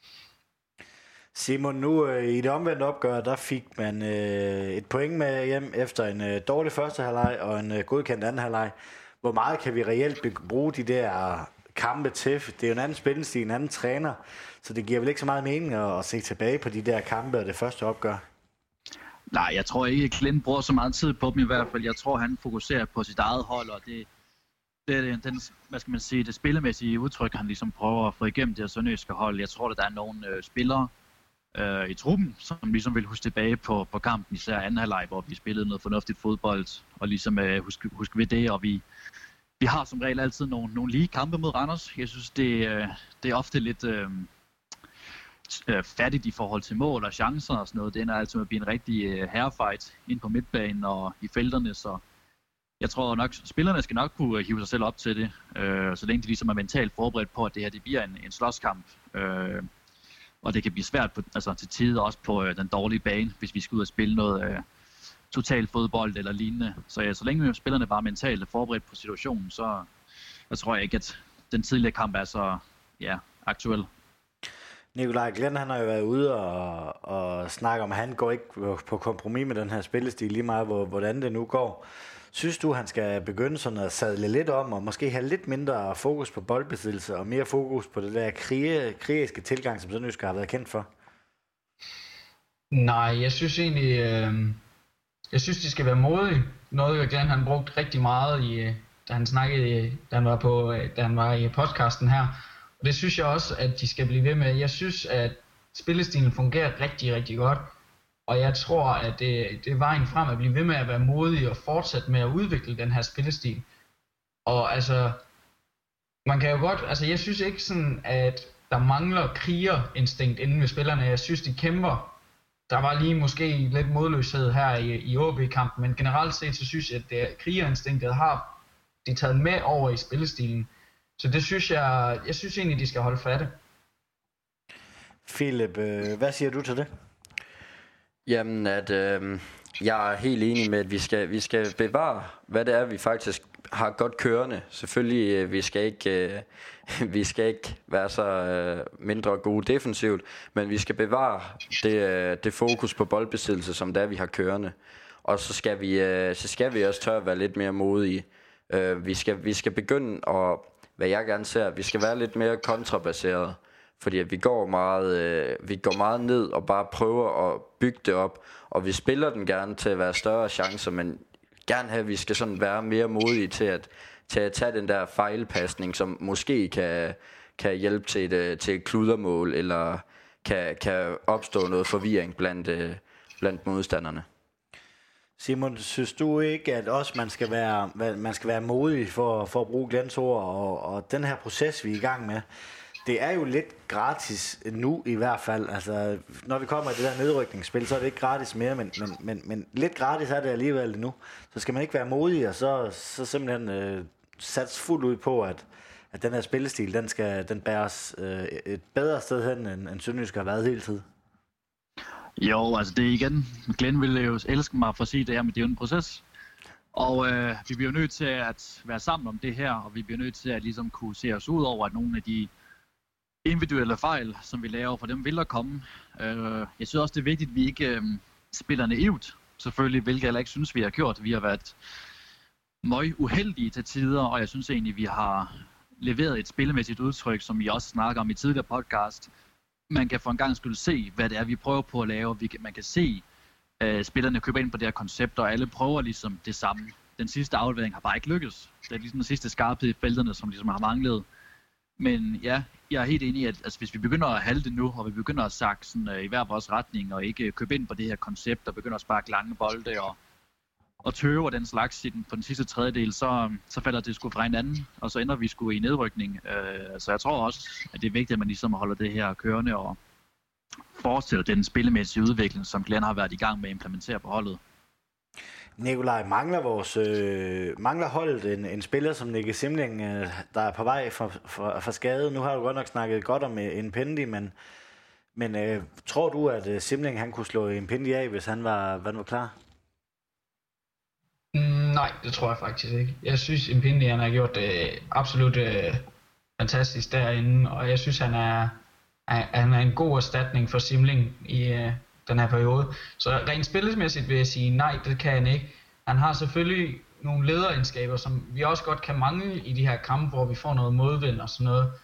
Simon, nu i det omvendte opgør, der fik man et point med hjem efter en dårlig første halvleg og en godkendt anden halvleg. Hvor meget kan vi reelt bruge de der kampe til? Det er jo en anden spillestil, en anden træner, så det giver vel ikke så meget mening at se tilbage på de der kampe og det første opgør? Nej, jeg tror ikke, at Klint bruger så meget tid på dem i hvert fald. Jeg tror, han fokuserer på sit eget hold, og det den, hvad skal man sige, det spillemæssige udtryk, han ligesom prøver at få igennem det her sønderjyske hold. Jeg tror, at der er nogle spillere i truppen, som ligesom vil huske tilbage på kampen, især anden halvleg, hvor vi spillede noget fornuftigt fodbold, og ligesom huske ved det, og vi har som regel altid nogle lige kampe mod Randers. Jeg synes, det er ofte lidt fattigt i forhold til mål og chancer og sådan noget. Det ender altid med at blive en rigtig herrefight ind på midtbanen og i felterne, så jeg tror nok, spillerne skal nok kunne hive sig selv op til det, så længe de ligesom er mentalt forberedt på, at det her det bliver en slåskamp. Og det kan blive svært til tider også på den dårlige bane, hvis vi skal ud og spille noget total fodbold eller lignende. Så længe spillerne bare mentalt er forberedt på situationen, så tror jeg ikke, at den tidligere kamp er så aktuel. Nikolaj Glenn, han har jo været ude og snakke om, at han går ikke på kompromis med den her spillestil, lige meget hvordan det nu går. Synes du, han skal begynde sådan at sadle lidt om, og måske have lidt mindre fokus på boldbesiddelse, og mere fokus på det der krigeriske tilgang, som Sønderjysk har været kendt for? Nej, jeg synes egentlig, de skal være modige. Noget, Glenn han brugt rigtig meget, da han var i podcasten her. Og det synes jeg også, at de skal blive ved med. Jeg synes, at spillestilen fungerer rigtig, rigtig godt. Og jeg tror, at det er vejen frem at blive ved med at være modig og fortsætte med at udvikle den her spillestil. Og altså, Man kan jo godt, altså jeg synes ikke sådan, at der mangler krigerinstinkt inden ved spillerne. Jeg synes, de kæmper. Der var lige måske lidt modløshed her i OB-kampen, men generelt set, så synes jeg, at det krigerinstinktet har de taget med over i spillestilen. Så det synes jeg synes egentlig, de skal holde fat. Philip, hvad siger du til det? Jamen, jeg er helt enig med, at vi skal bevare, hvad det er, vi faktisk har godt kørende. Selvfølgelig, vi skal ikke være så mindre gode defensivt, men vi skal bevare det fokus på boldbesiddelse, som det er, vi har kørende. Og så skal vi også tør at være lidt mere modige. Vi skal begynde at, hvad jeg gerne ser, vi skal være lidt mere kontrabaseret. Fordi at vi går meget ned og bare prøver at bygge det op. Og vi spiller den gerne til at være større chancer, men gerne have, at vi skal sådan være mere modige til at tage den der fejlpasning, som måske kan hjælpe til et kludermål, eller kan opstå noget forvirring blandt modstanderne. Simon, synes du ikke, at også man skal være modig for at bruge Glens ord, og den her proces, vi er i gang med, det er jo lidt gratis nu i hvert fald. Altså, når vi kommer i det der nedrykningsspil, så er det ikke gratis mere, men lidt gratis er det alligevel nu. Så skal man ikke være modig, og så simpelthen satse fuldt ud på, at den her spillestil, den bæres et bedre sted hen, end Sønderjysk har været hele tiden. Jo, altså det er igen, Glenn ville jo elske mig for at sige det her, men det er jo en proces. Og vi bliver nødt til at være sammen om det her, og vi bliver nødt til at ligesom kunne se os ud over, at nogle af de individuelle fejl, som vi laver, for dem vil der komme. Jeg synes også, det er vigtigt, at vi ikke spiller naivt, selvfølgelig, hvilket jeg heller ikke synes, vi har gjort. Vi har været meget uheldige til tider, og jeg synes egentlig, vi har leveret et spillemæssigt udtryk, som vi også snakker om i tidligere podcast. Man kan for en gang skyld se, hvad det er, vi prøver på at lave. Man kan se, spillerne køber ind på det her koncept, og alle prøver ligesom det samme. Den sidste aflevering har bare ikke lykkes. Det er ligesom den sidste skarphed i felterne, som ligesom har manglet. Men ja, jeg er helt enig i, at altså, hvis vi begynder at halte nu, og vi begynder at sakke sådan, i hver vores retning, og ikke købe ind på det her koncept, og begynder at sparke lange bolde og tøve og den slags på den sidste tredjedel, så falder det sgu fra hinanden, og så ender vi sgu i nedrykning. Så jeg tror også, at det er vigtigt, at man ligesom holder det her kørende og fortsætter den spillemæssige udvikling, som Glenn har været i gang med at implementere på holdet. Nikolaj, mangler holdet en spiller som Nicky Simling, der er på vej for skade? Nu har du godt nok snakket godt om Mpendi, men tror du, at Simling han kunne slå Mpendi af, hvis han var klar? Nej, det tror jeg faktisk ikke. Jeg synes, Mpendi han har gjort det absolut fantastisk derinde, og jeg synes, han er en god erstatning for Simling i den her periode. Så rent spillemæssigt vil jeg sige, nej, det kan han ikke. Han har selvfølgelig nogle lederegenskaber, som vi også godt kan mangle i de her kampe, hvor vi får noget modvind og sådan noget.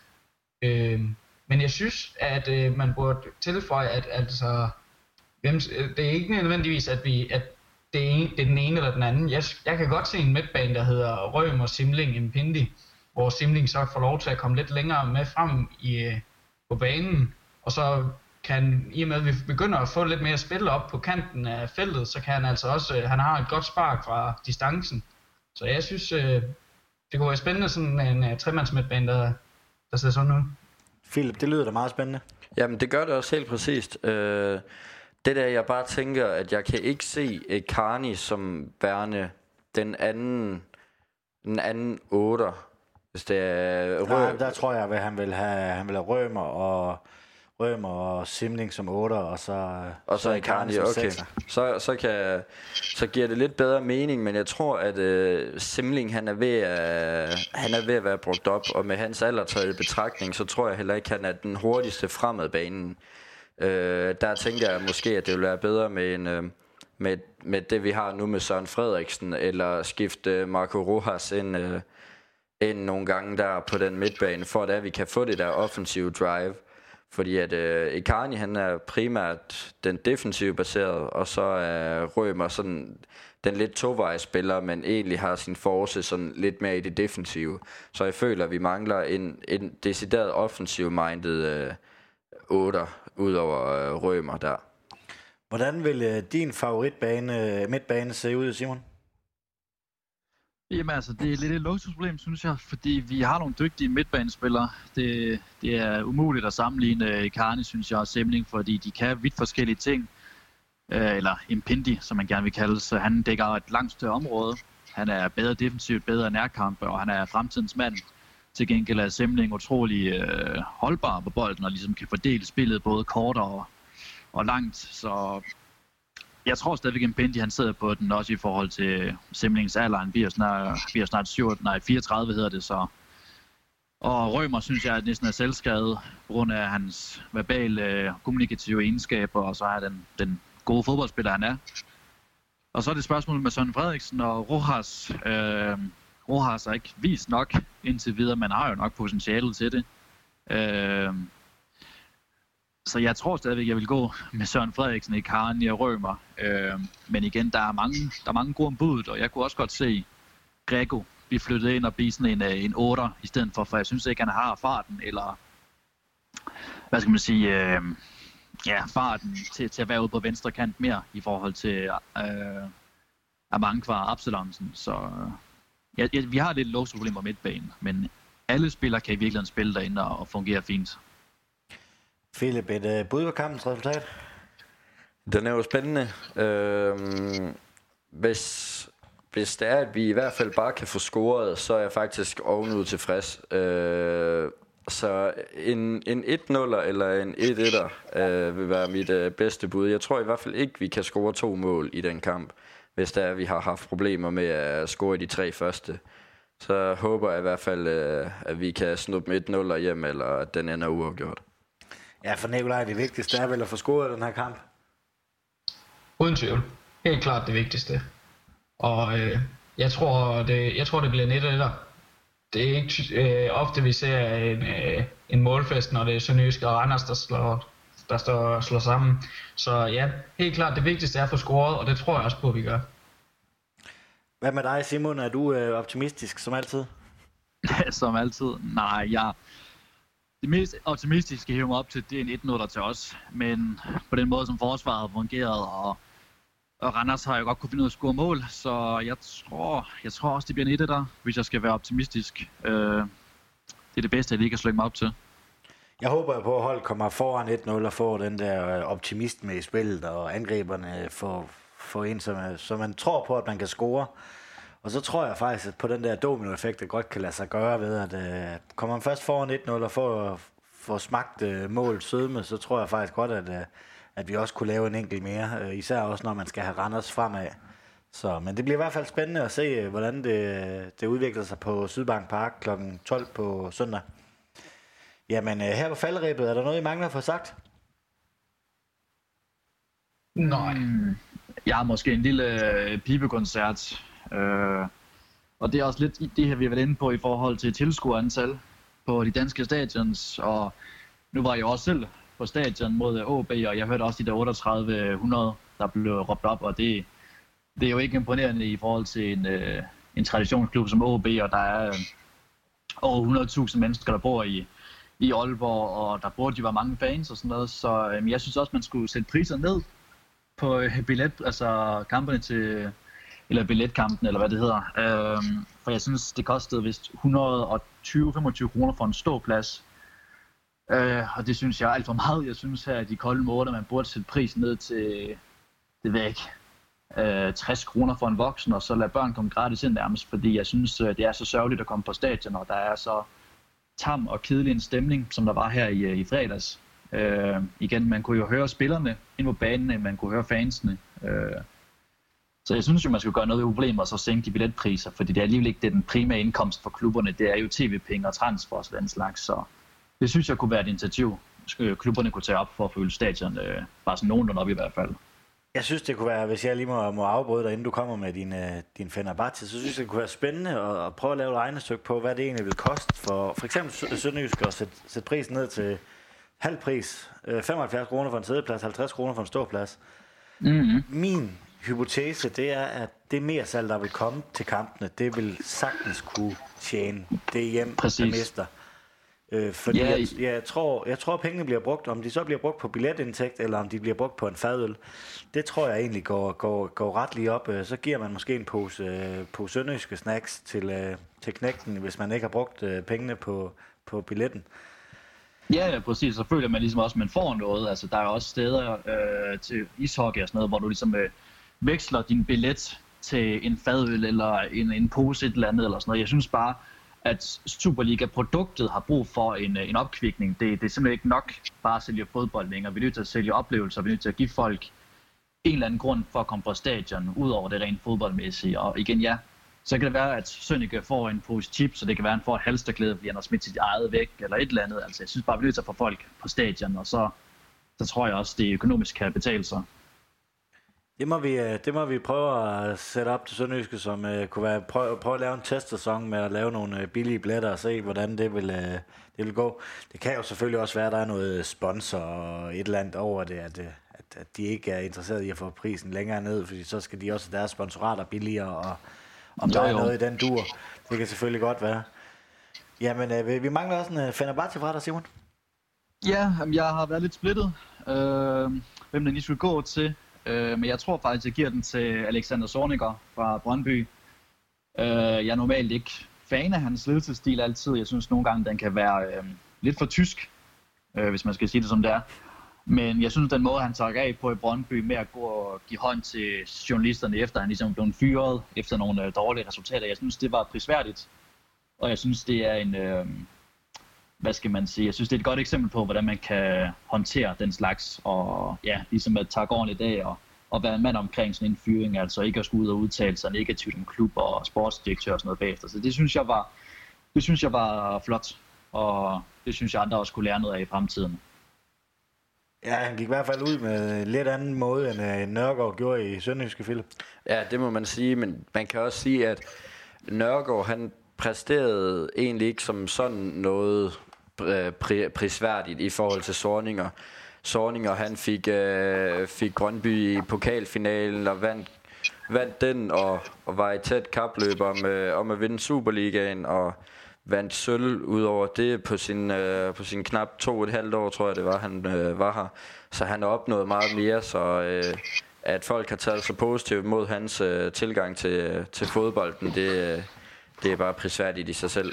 Men jeg synes, at man burde tilføje, at altså, det er ikke nødvendigvis, at det er den ene eller den anden. Jeg kan godt se en midtbane, der hedder Røm og Simling Mpendi, hvor Simling så får lov til at komme lidt længere med frem på banen, og så kan, i og med at vi begynder at få lidt mere spil op på kanten af feltet, så kan han altså også, han har et godt spark fra distancen. Så jeg synes, det kunne være spændende, sådan en tremandsmidtbane, der ser sådan ud. Philip, det lyder da meget spændende. Jamen, det gør det også helt præcist. Det der, jeg bare tænker, at jeg kan ikke se Carney som værende den anden 8'er. Hvis det er der tror jeg, at han vil have Rømer og Simling som 8'er, og så er Carney, okay. Så giver det lidt bedre mening, men jeg tror, at Simling han er ved at være brugt op, og med hans alder taget i betragtning, så tror jeg heller ikke, han er den hurtigste fremad banen. Der tænker jeg måske, at det vil være bedre med det, vi har nu med Søren Frederiksen, eller skifte Marco Rojas ind nogle gange der på den midtbane, for at vi kan få det der offensive drive. Fordi at Icarni, han er primært den defensive baseret, og så er Rømer sådan den lidt tovejsspiller, men egentlig har sin force sådan lidt mere i det defensive. Så jeg føler, at vi mangler en decideret offensive-minded 8'er ud over Rømer der. Hvordan vil din favoritbane midtbane se ud, Simon? Jamen altså, det er lidt et luksusproblem, synes jeg, fordi vi har nogle dygtige midtbanespillere. Det er umuligt at sammenligne Icardi, synes jeg, og Semling, fordi de kan vidt forskellige ting. Eller Impindi, som man gerne vil kalde, så han dækker et langt større område. Han er bedre defensivt, bedre nærkampe, og han er fremtidens mand. Til gengæld er Semling utrolig holdbar på bolden, og ligesom kan fordele spillet både kort og langt. Så jeg tror stadigvæk, at Impindi han sidder på den, også i forhold til Semlings alder. Han bliver snart 34 hedder det så. Og Rømer synes jeg at næsten er selvskadet på grund af hans verbale kommunikative egenskaber, og så er den gode fodboldspiller, han er. Og så er det spørgsmålet med Søren Frederiksen og Rojas. Rojas har ikke vist nok indtil videre, men har jo nok potentialet til det. Så jeg tror stadigvæk, jeg vil gå med Søren Frederiksen, Icardi og Rømer. Men igen, der er mange gode ombud, og jeg kunne også godt se Grego blive flyttet ind og blive sådan en 8'er i stedet for jeg synes ikke, han har farten, eller hvad skal man sige, farten til at være ude på venstre kant mere i forhold til Amankwa og Absalonsen. Så vi har lidt låsproblemer på midtbanen, men alle spillere kan i virkeligheden spille derinde og fungere fint. Philip, et bud på kampens resultat? Den er jo spændende. Hvis det er, at vi i hvert fald bare kan få scoret, så er jeg faktisk ovenud tilfreds. Så en 1-0'er eller en 1-1'er vil være mit bedste bud. Jeg tror i hvert fald ikke, vi kan score 2 mål i den kamp, hvis det er, at vi har haft problemer med at score i de 3 første. Så håber jeg i hvert fald, at vi kan snuppe med 1-0'er hjem, eller at den ender uafgjort. Ja, for Nikolaj, det vigtigste er vel at få scoret den her kamp? Uden tvivl. Helt klart det vigtigste. Og jeg tror, det bliver net eller. Det er ikke ofte, vi ser en målfest, når det er Sønderjysk og Randers, der slår sammen. Så ja, helt klart det vigtigste er at få scoret, og det tror jeg også på, at vi gør. Hvad med dig, Simon? Er du optimistisk som altid? Som altid? Nej, det mest optimistiske hiver mig op til, det er en 1-0 til os. Men på den måde, som forsvaret har fungeret, og Randers har jo godt kunne finde ud af at score mål, så jeg tror også, det bliver en 1'er, hvis jeg skal være optimistisk. Det er det bedste, jeg lige kan slå mig op til. Jeg håber på, at holdet kommer foran 1-0 og får den der optimisme i spillet, og angriberne får en, så man tror på, at man kan score. Og så tror jeg faktisk, at på den der dominoeffekt, det godt kan lade sig gøre ved, at kommer man først foran 1-0 og får smagt mål sødme, så tror jeg faktisk godt, at vi også kunne lave en enkelt mere, især også når man skal have Randers fremad. Så, men det bliver i hvert fald spændende at se, hvordan det udvikler sig på Sydbank Park kl. 12 på søndag. Jamen, her på falderebet, er der noget, I mangler for sagt? Nej. Jeg har måske en lille pibekoncert, og det er også lidt det her, vi har været inde på i forhold til tilskuerantal på de danske stadions, og nu var jeg også selv på stadion mod OB, og jeg hørte også de der 3800, der blev råbt op, og det er jo ikke imponerende i forhold til en traditionsklub som OB, og der er over 100.000 mennesker, der bor i Aalborg, og der burde jo være mange fans og sådan noget, så jeg synes også, man skulle sætte priser ned på billet, altså kampene til, eller billetkampen, eller hvad det hedder. For jeg synes, det kostede vist 120-25 kroner for en ståplads. Og det synes jeg er alt for meget. Jeg synes her, at de kolde måneder, man burde sætte prisen ned til, det ved jeg ikke, 60 kroner for en voksen, og så lade børn komme gratis ind nærmest, fordi jeg synes, det er så sørgeligt at komme på stadion, og der er så tam og kedelig en stemning, som der var her i fredags. Igen, man kunne jo høre spillerne ind på banen, man kunne høre fansene. Så jeg synes jo, man skulle gøre noget ved problemer og så sænke de billetpriser, fordi det er alligevel ikke den primære indkomst for klubberne. Det er jo tv-penge og transfers og den slags, så det synes jeg kunne være et initiativ, klubberne kunne tage op for at følge stadion, bare sådan nogenlunde op i hvert fald. Jeg synes, det kunne være, hvis jeg lige må afbryde dig, inden du kommer med din Fenerbahce, så synes jeg, det kunne være spændende at prøve at lave et regnestykke på, hvad det egentlig vil koste for eksempel Sønderjysk at sætte prisen ned til halv pris. 75 kroner for en sædeplads, 50 kroner for en ståplads. Mm-hmm. Min hypotese, det er, at det mere salg, der vil komme til kampene, det vil sagtens kunne tjene det hjem, der mister. Fordi jeg tror, pengene bliver brugt, om de så bliver brugt på billetindtægt, eller om de bliver brugt på en fadøl. Det tror jeg egentlig går ret lige op. Så giver man måske en pose sønderjyske snacks til knægten, hvis man ikke har brugt pengene på billetten. Ja, præcis. Så føler man ligesom også, at man får noget. Altså, der er også steder til ishockey og sådan noget, hvor du ligesom veksler din billet til en fadøl eller en pose et eller andet eller sådan noget. Jeg synes bare, at Superliga-produktet har brug for en opkvikning. Det er simpelthen ikke nok bare at sælge fodbold længere. Vi er nødt til at sælge oplevelser. Vi er nødt til at give folk en eller anden grund for at komme på stadion, ud over det rent fodboldmæssige. Og igen, så kan det være, at Sønneke får en pose chips, så det kan være, at han får et halsterklæde, fordi han har smidt sit eget væk, eller et eller andet. Altså, jeg synes bare, vi er nødt til at få folk på stadion, og så tror jeg også, det økonomisk kan betale sig. Det må vi prøve at sætte op til Sønderjyske, som kunne være prøve at lave en testsæson med at lave nogle billige billetter og se, hvordan det vil gå. Det kan jo selvfølgelig også være, at der er noget sponsor og et eller andet over det, at de ikke er interesseret i at få prisen længere ned, fordi så skal de også have deres sponsorater billigere, og om der er noget i den dur. Det kan selvfølgelig godt være. Jamen, vi mangler også en Fenerbahce fra dig, Simon. Ja, jeg har været lidt splittet, hvem den lige skulle gå til. Men jeg tror faktisk, jeg giver den til Alexander Zorniger fra Brøndby. Jeg er normalt ikke fan af hans ledelsesstil altid. Jeg synes nogle gange, den kan være lidt for tysk, hvis man skal sige det som det er. Men jeg synes, den måde, han tager af på i Brøndby med at gå og give hånd til journalisterne, efter han ligesom blev fyret efter nogle dårlige resultater, jeg synes, det var prisværdigt. Og jeg synes, det er en... hvad skal man sige? Jeg synes, det er et godt eksempel på, hvordan man kan håndtere den slags, og ligesom at tage ordentligt af og være en mand omkring sådan en fyring, altså ikke at skulle ud og udtale sig negativt om klub og sportsdirektør og sådan noget bagefter. Så det synes jeg var flot, og det synes jeg andre også kunne lære noget af i fremtiden. Ja, han gik i hvert fald ud med en lidt anden måde, end Nørgaard gjorde i Sønderjyske, Philip. Ja, det må man sige, men man kan også sige, at Nørgaard, han præsterede egentlig ikke som sådan noget prisværdigt i forhold til Zorniger. Zorniger, han fik Brøndby i pokalfinalen og vandt den og var i tæt kapløb om at vinde Superligaen og vandt sølv ud over det på sin knap 2,5 år, tror jeg det var, han var her. Så han har opnået meget mere, så at folk har taget så positivt mod hans tilgang til fodbolden, det er bare prisværdigt i sig selv.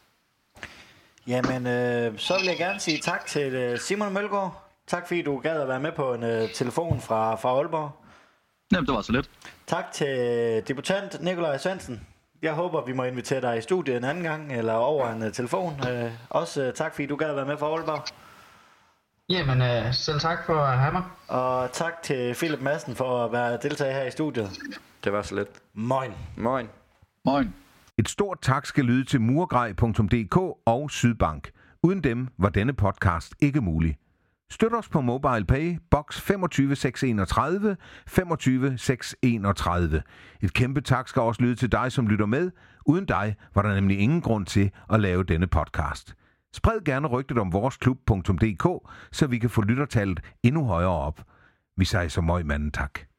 Jamen, så vil jeg gerne sige tak til Simon Mølgaard. Tak fordi du gad at være med på en telefon fra Aalborg. Jamen, det var så lidt. Tak til debutant Nikolaj Svendsen. Jeg håber, vi må invitere dig i studiet en anden gang, eller over en telefon. Også tak fordi du gad at være med fra Aalborg. Jamen, selv tak for at have mig. Og tak til Philip Madsen for at være deltager her i studiet. Det var så lidt. Moin. Moin. Moin. Et stort tak skal lyde til murgrej.dk og Sydbank. Uden dem var denne podcast ikke mulig. Støt os på MobilePay, box 25631, 25631. Et kæmpe tak skal også lyde til dig, som lytter med. Uden dig var der nemlig ingen grund til at lave denne podcast. Spred gerne rygtet om voresklub.dk, så vi kan få lyttertallet endnu højere op. Vi siger så møg manden tak.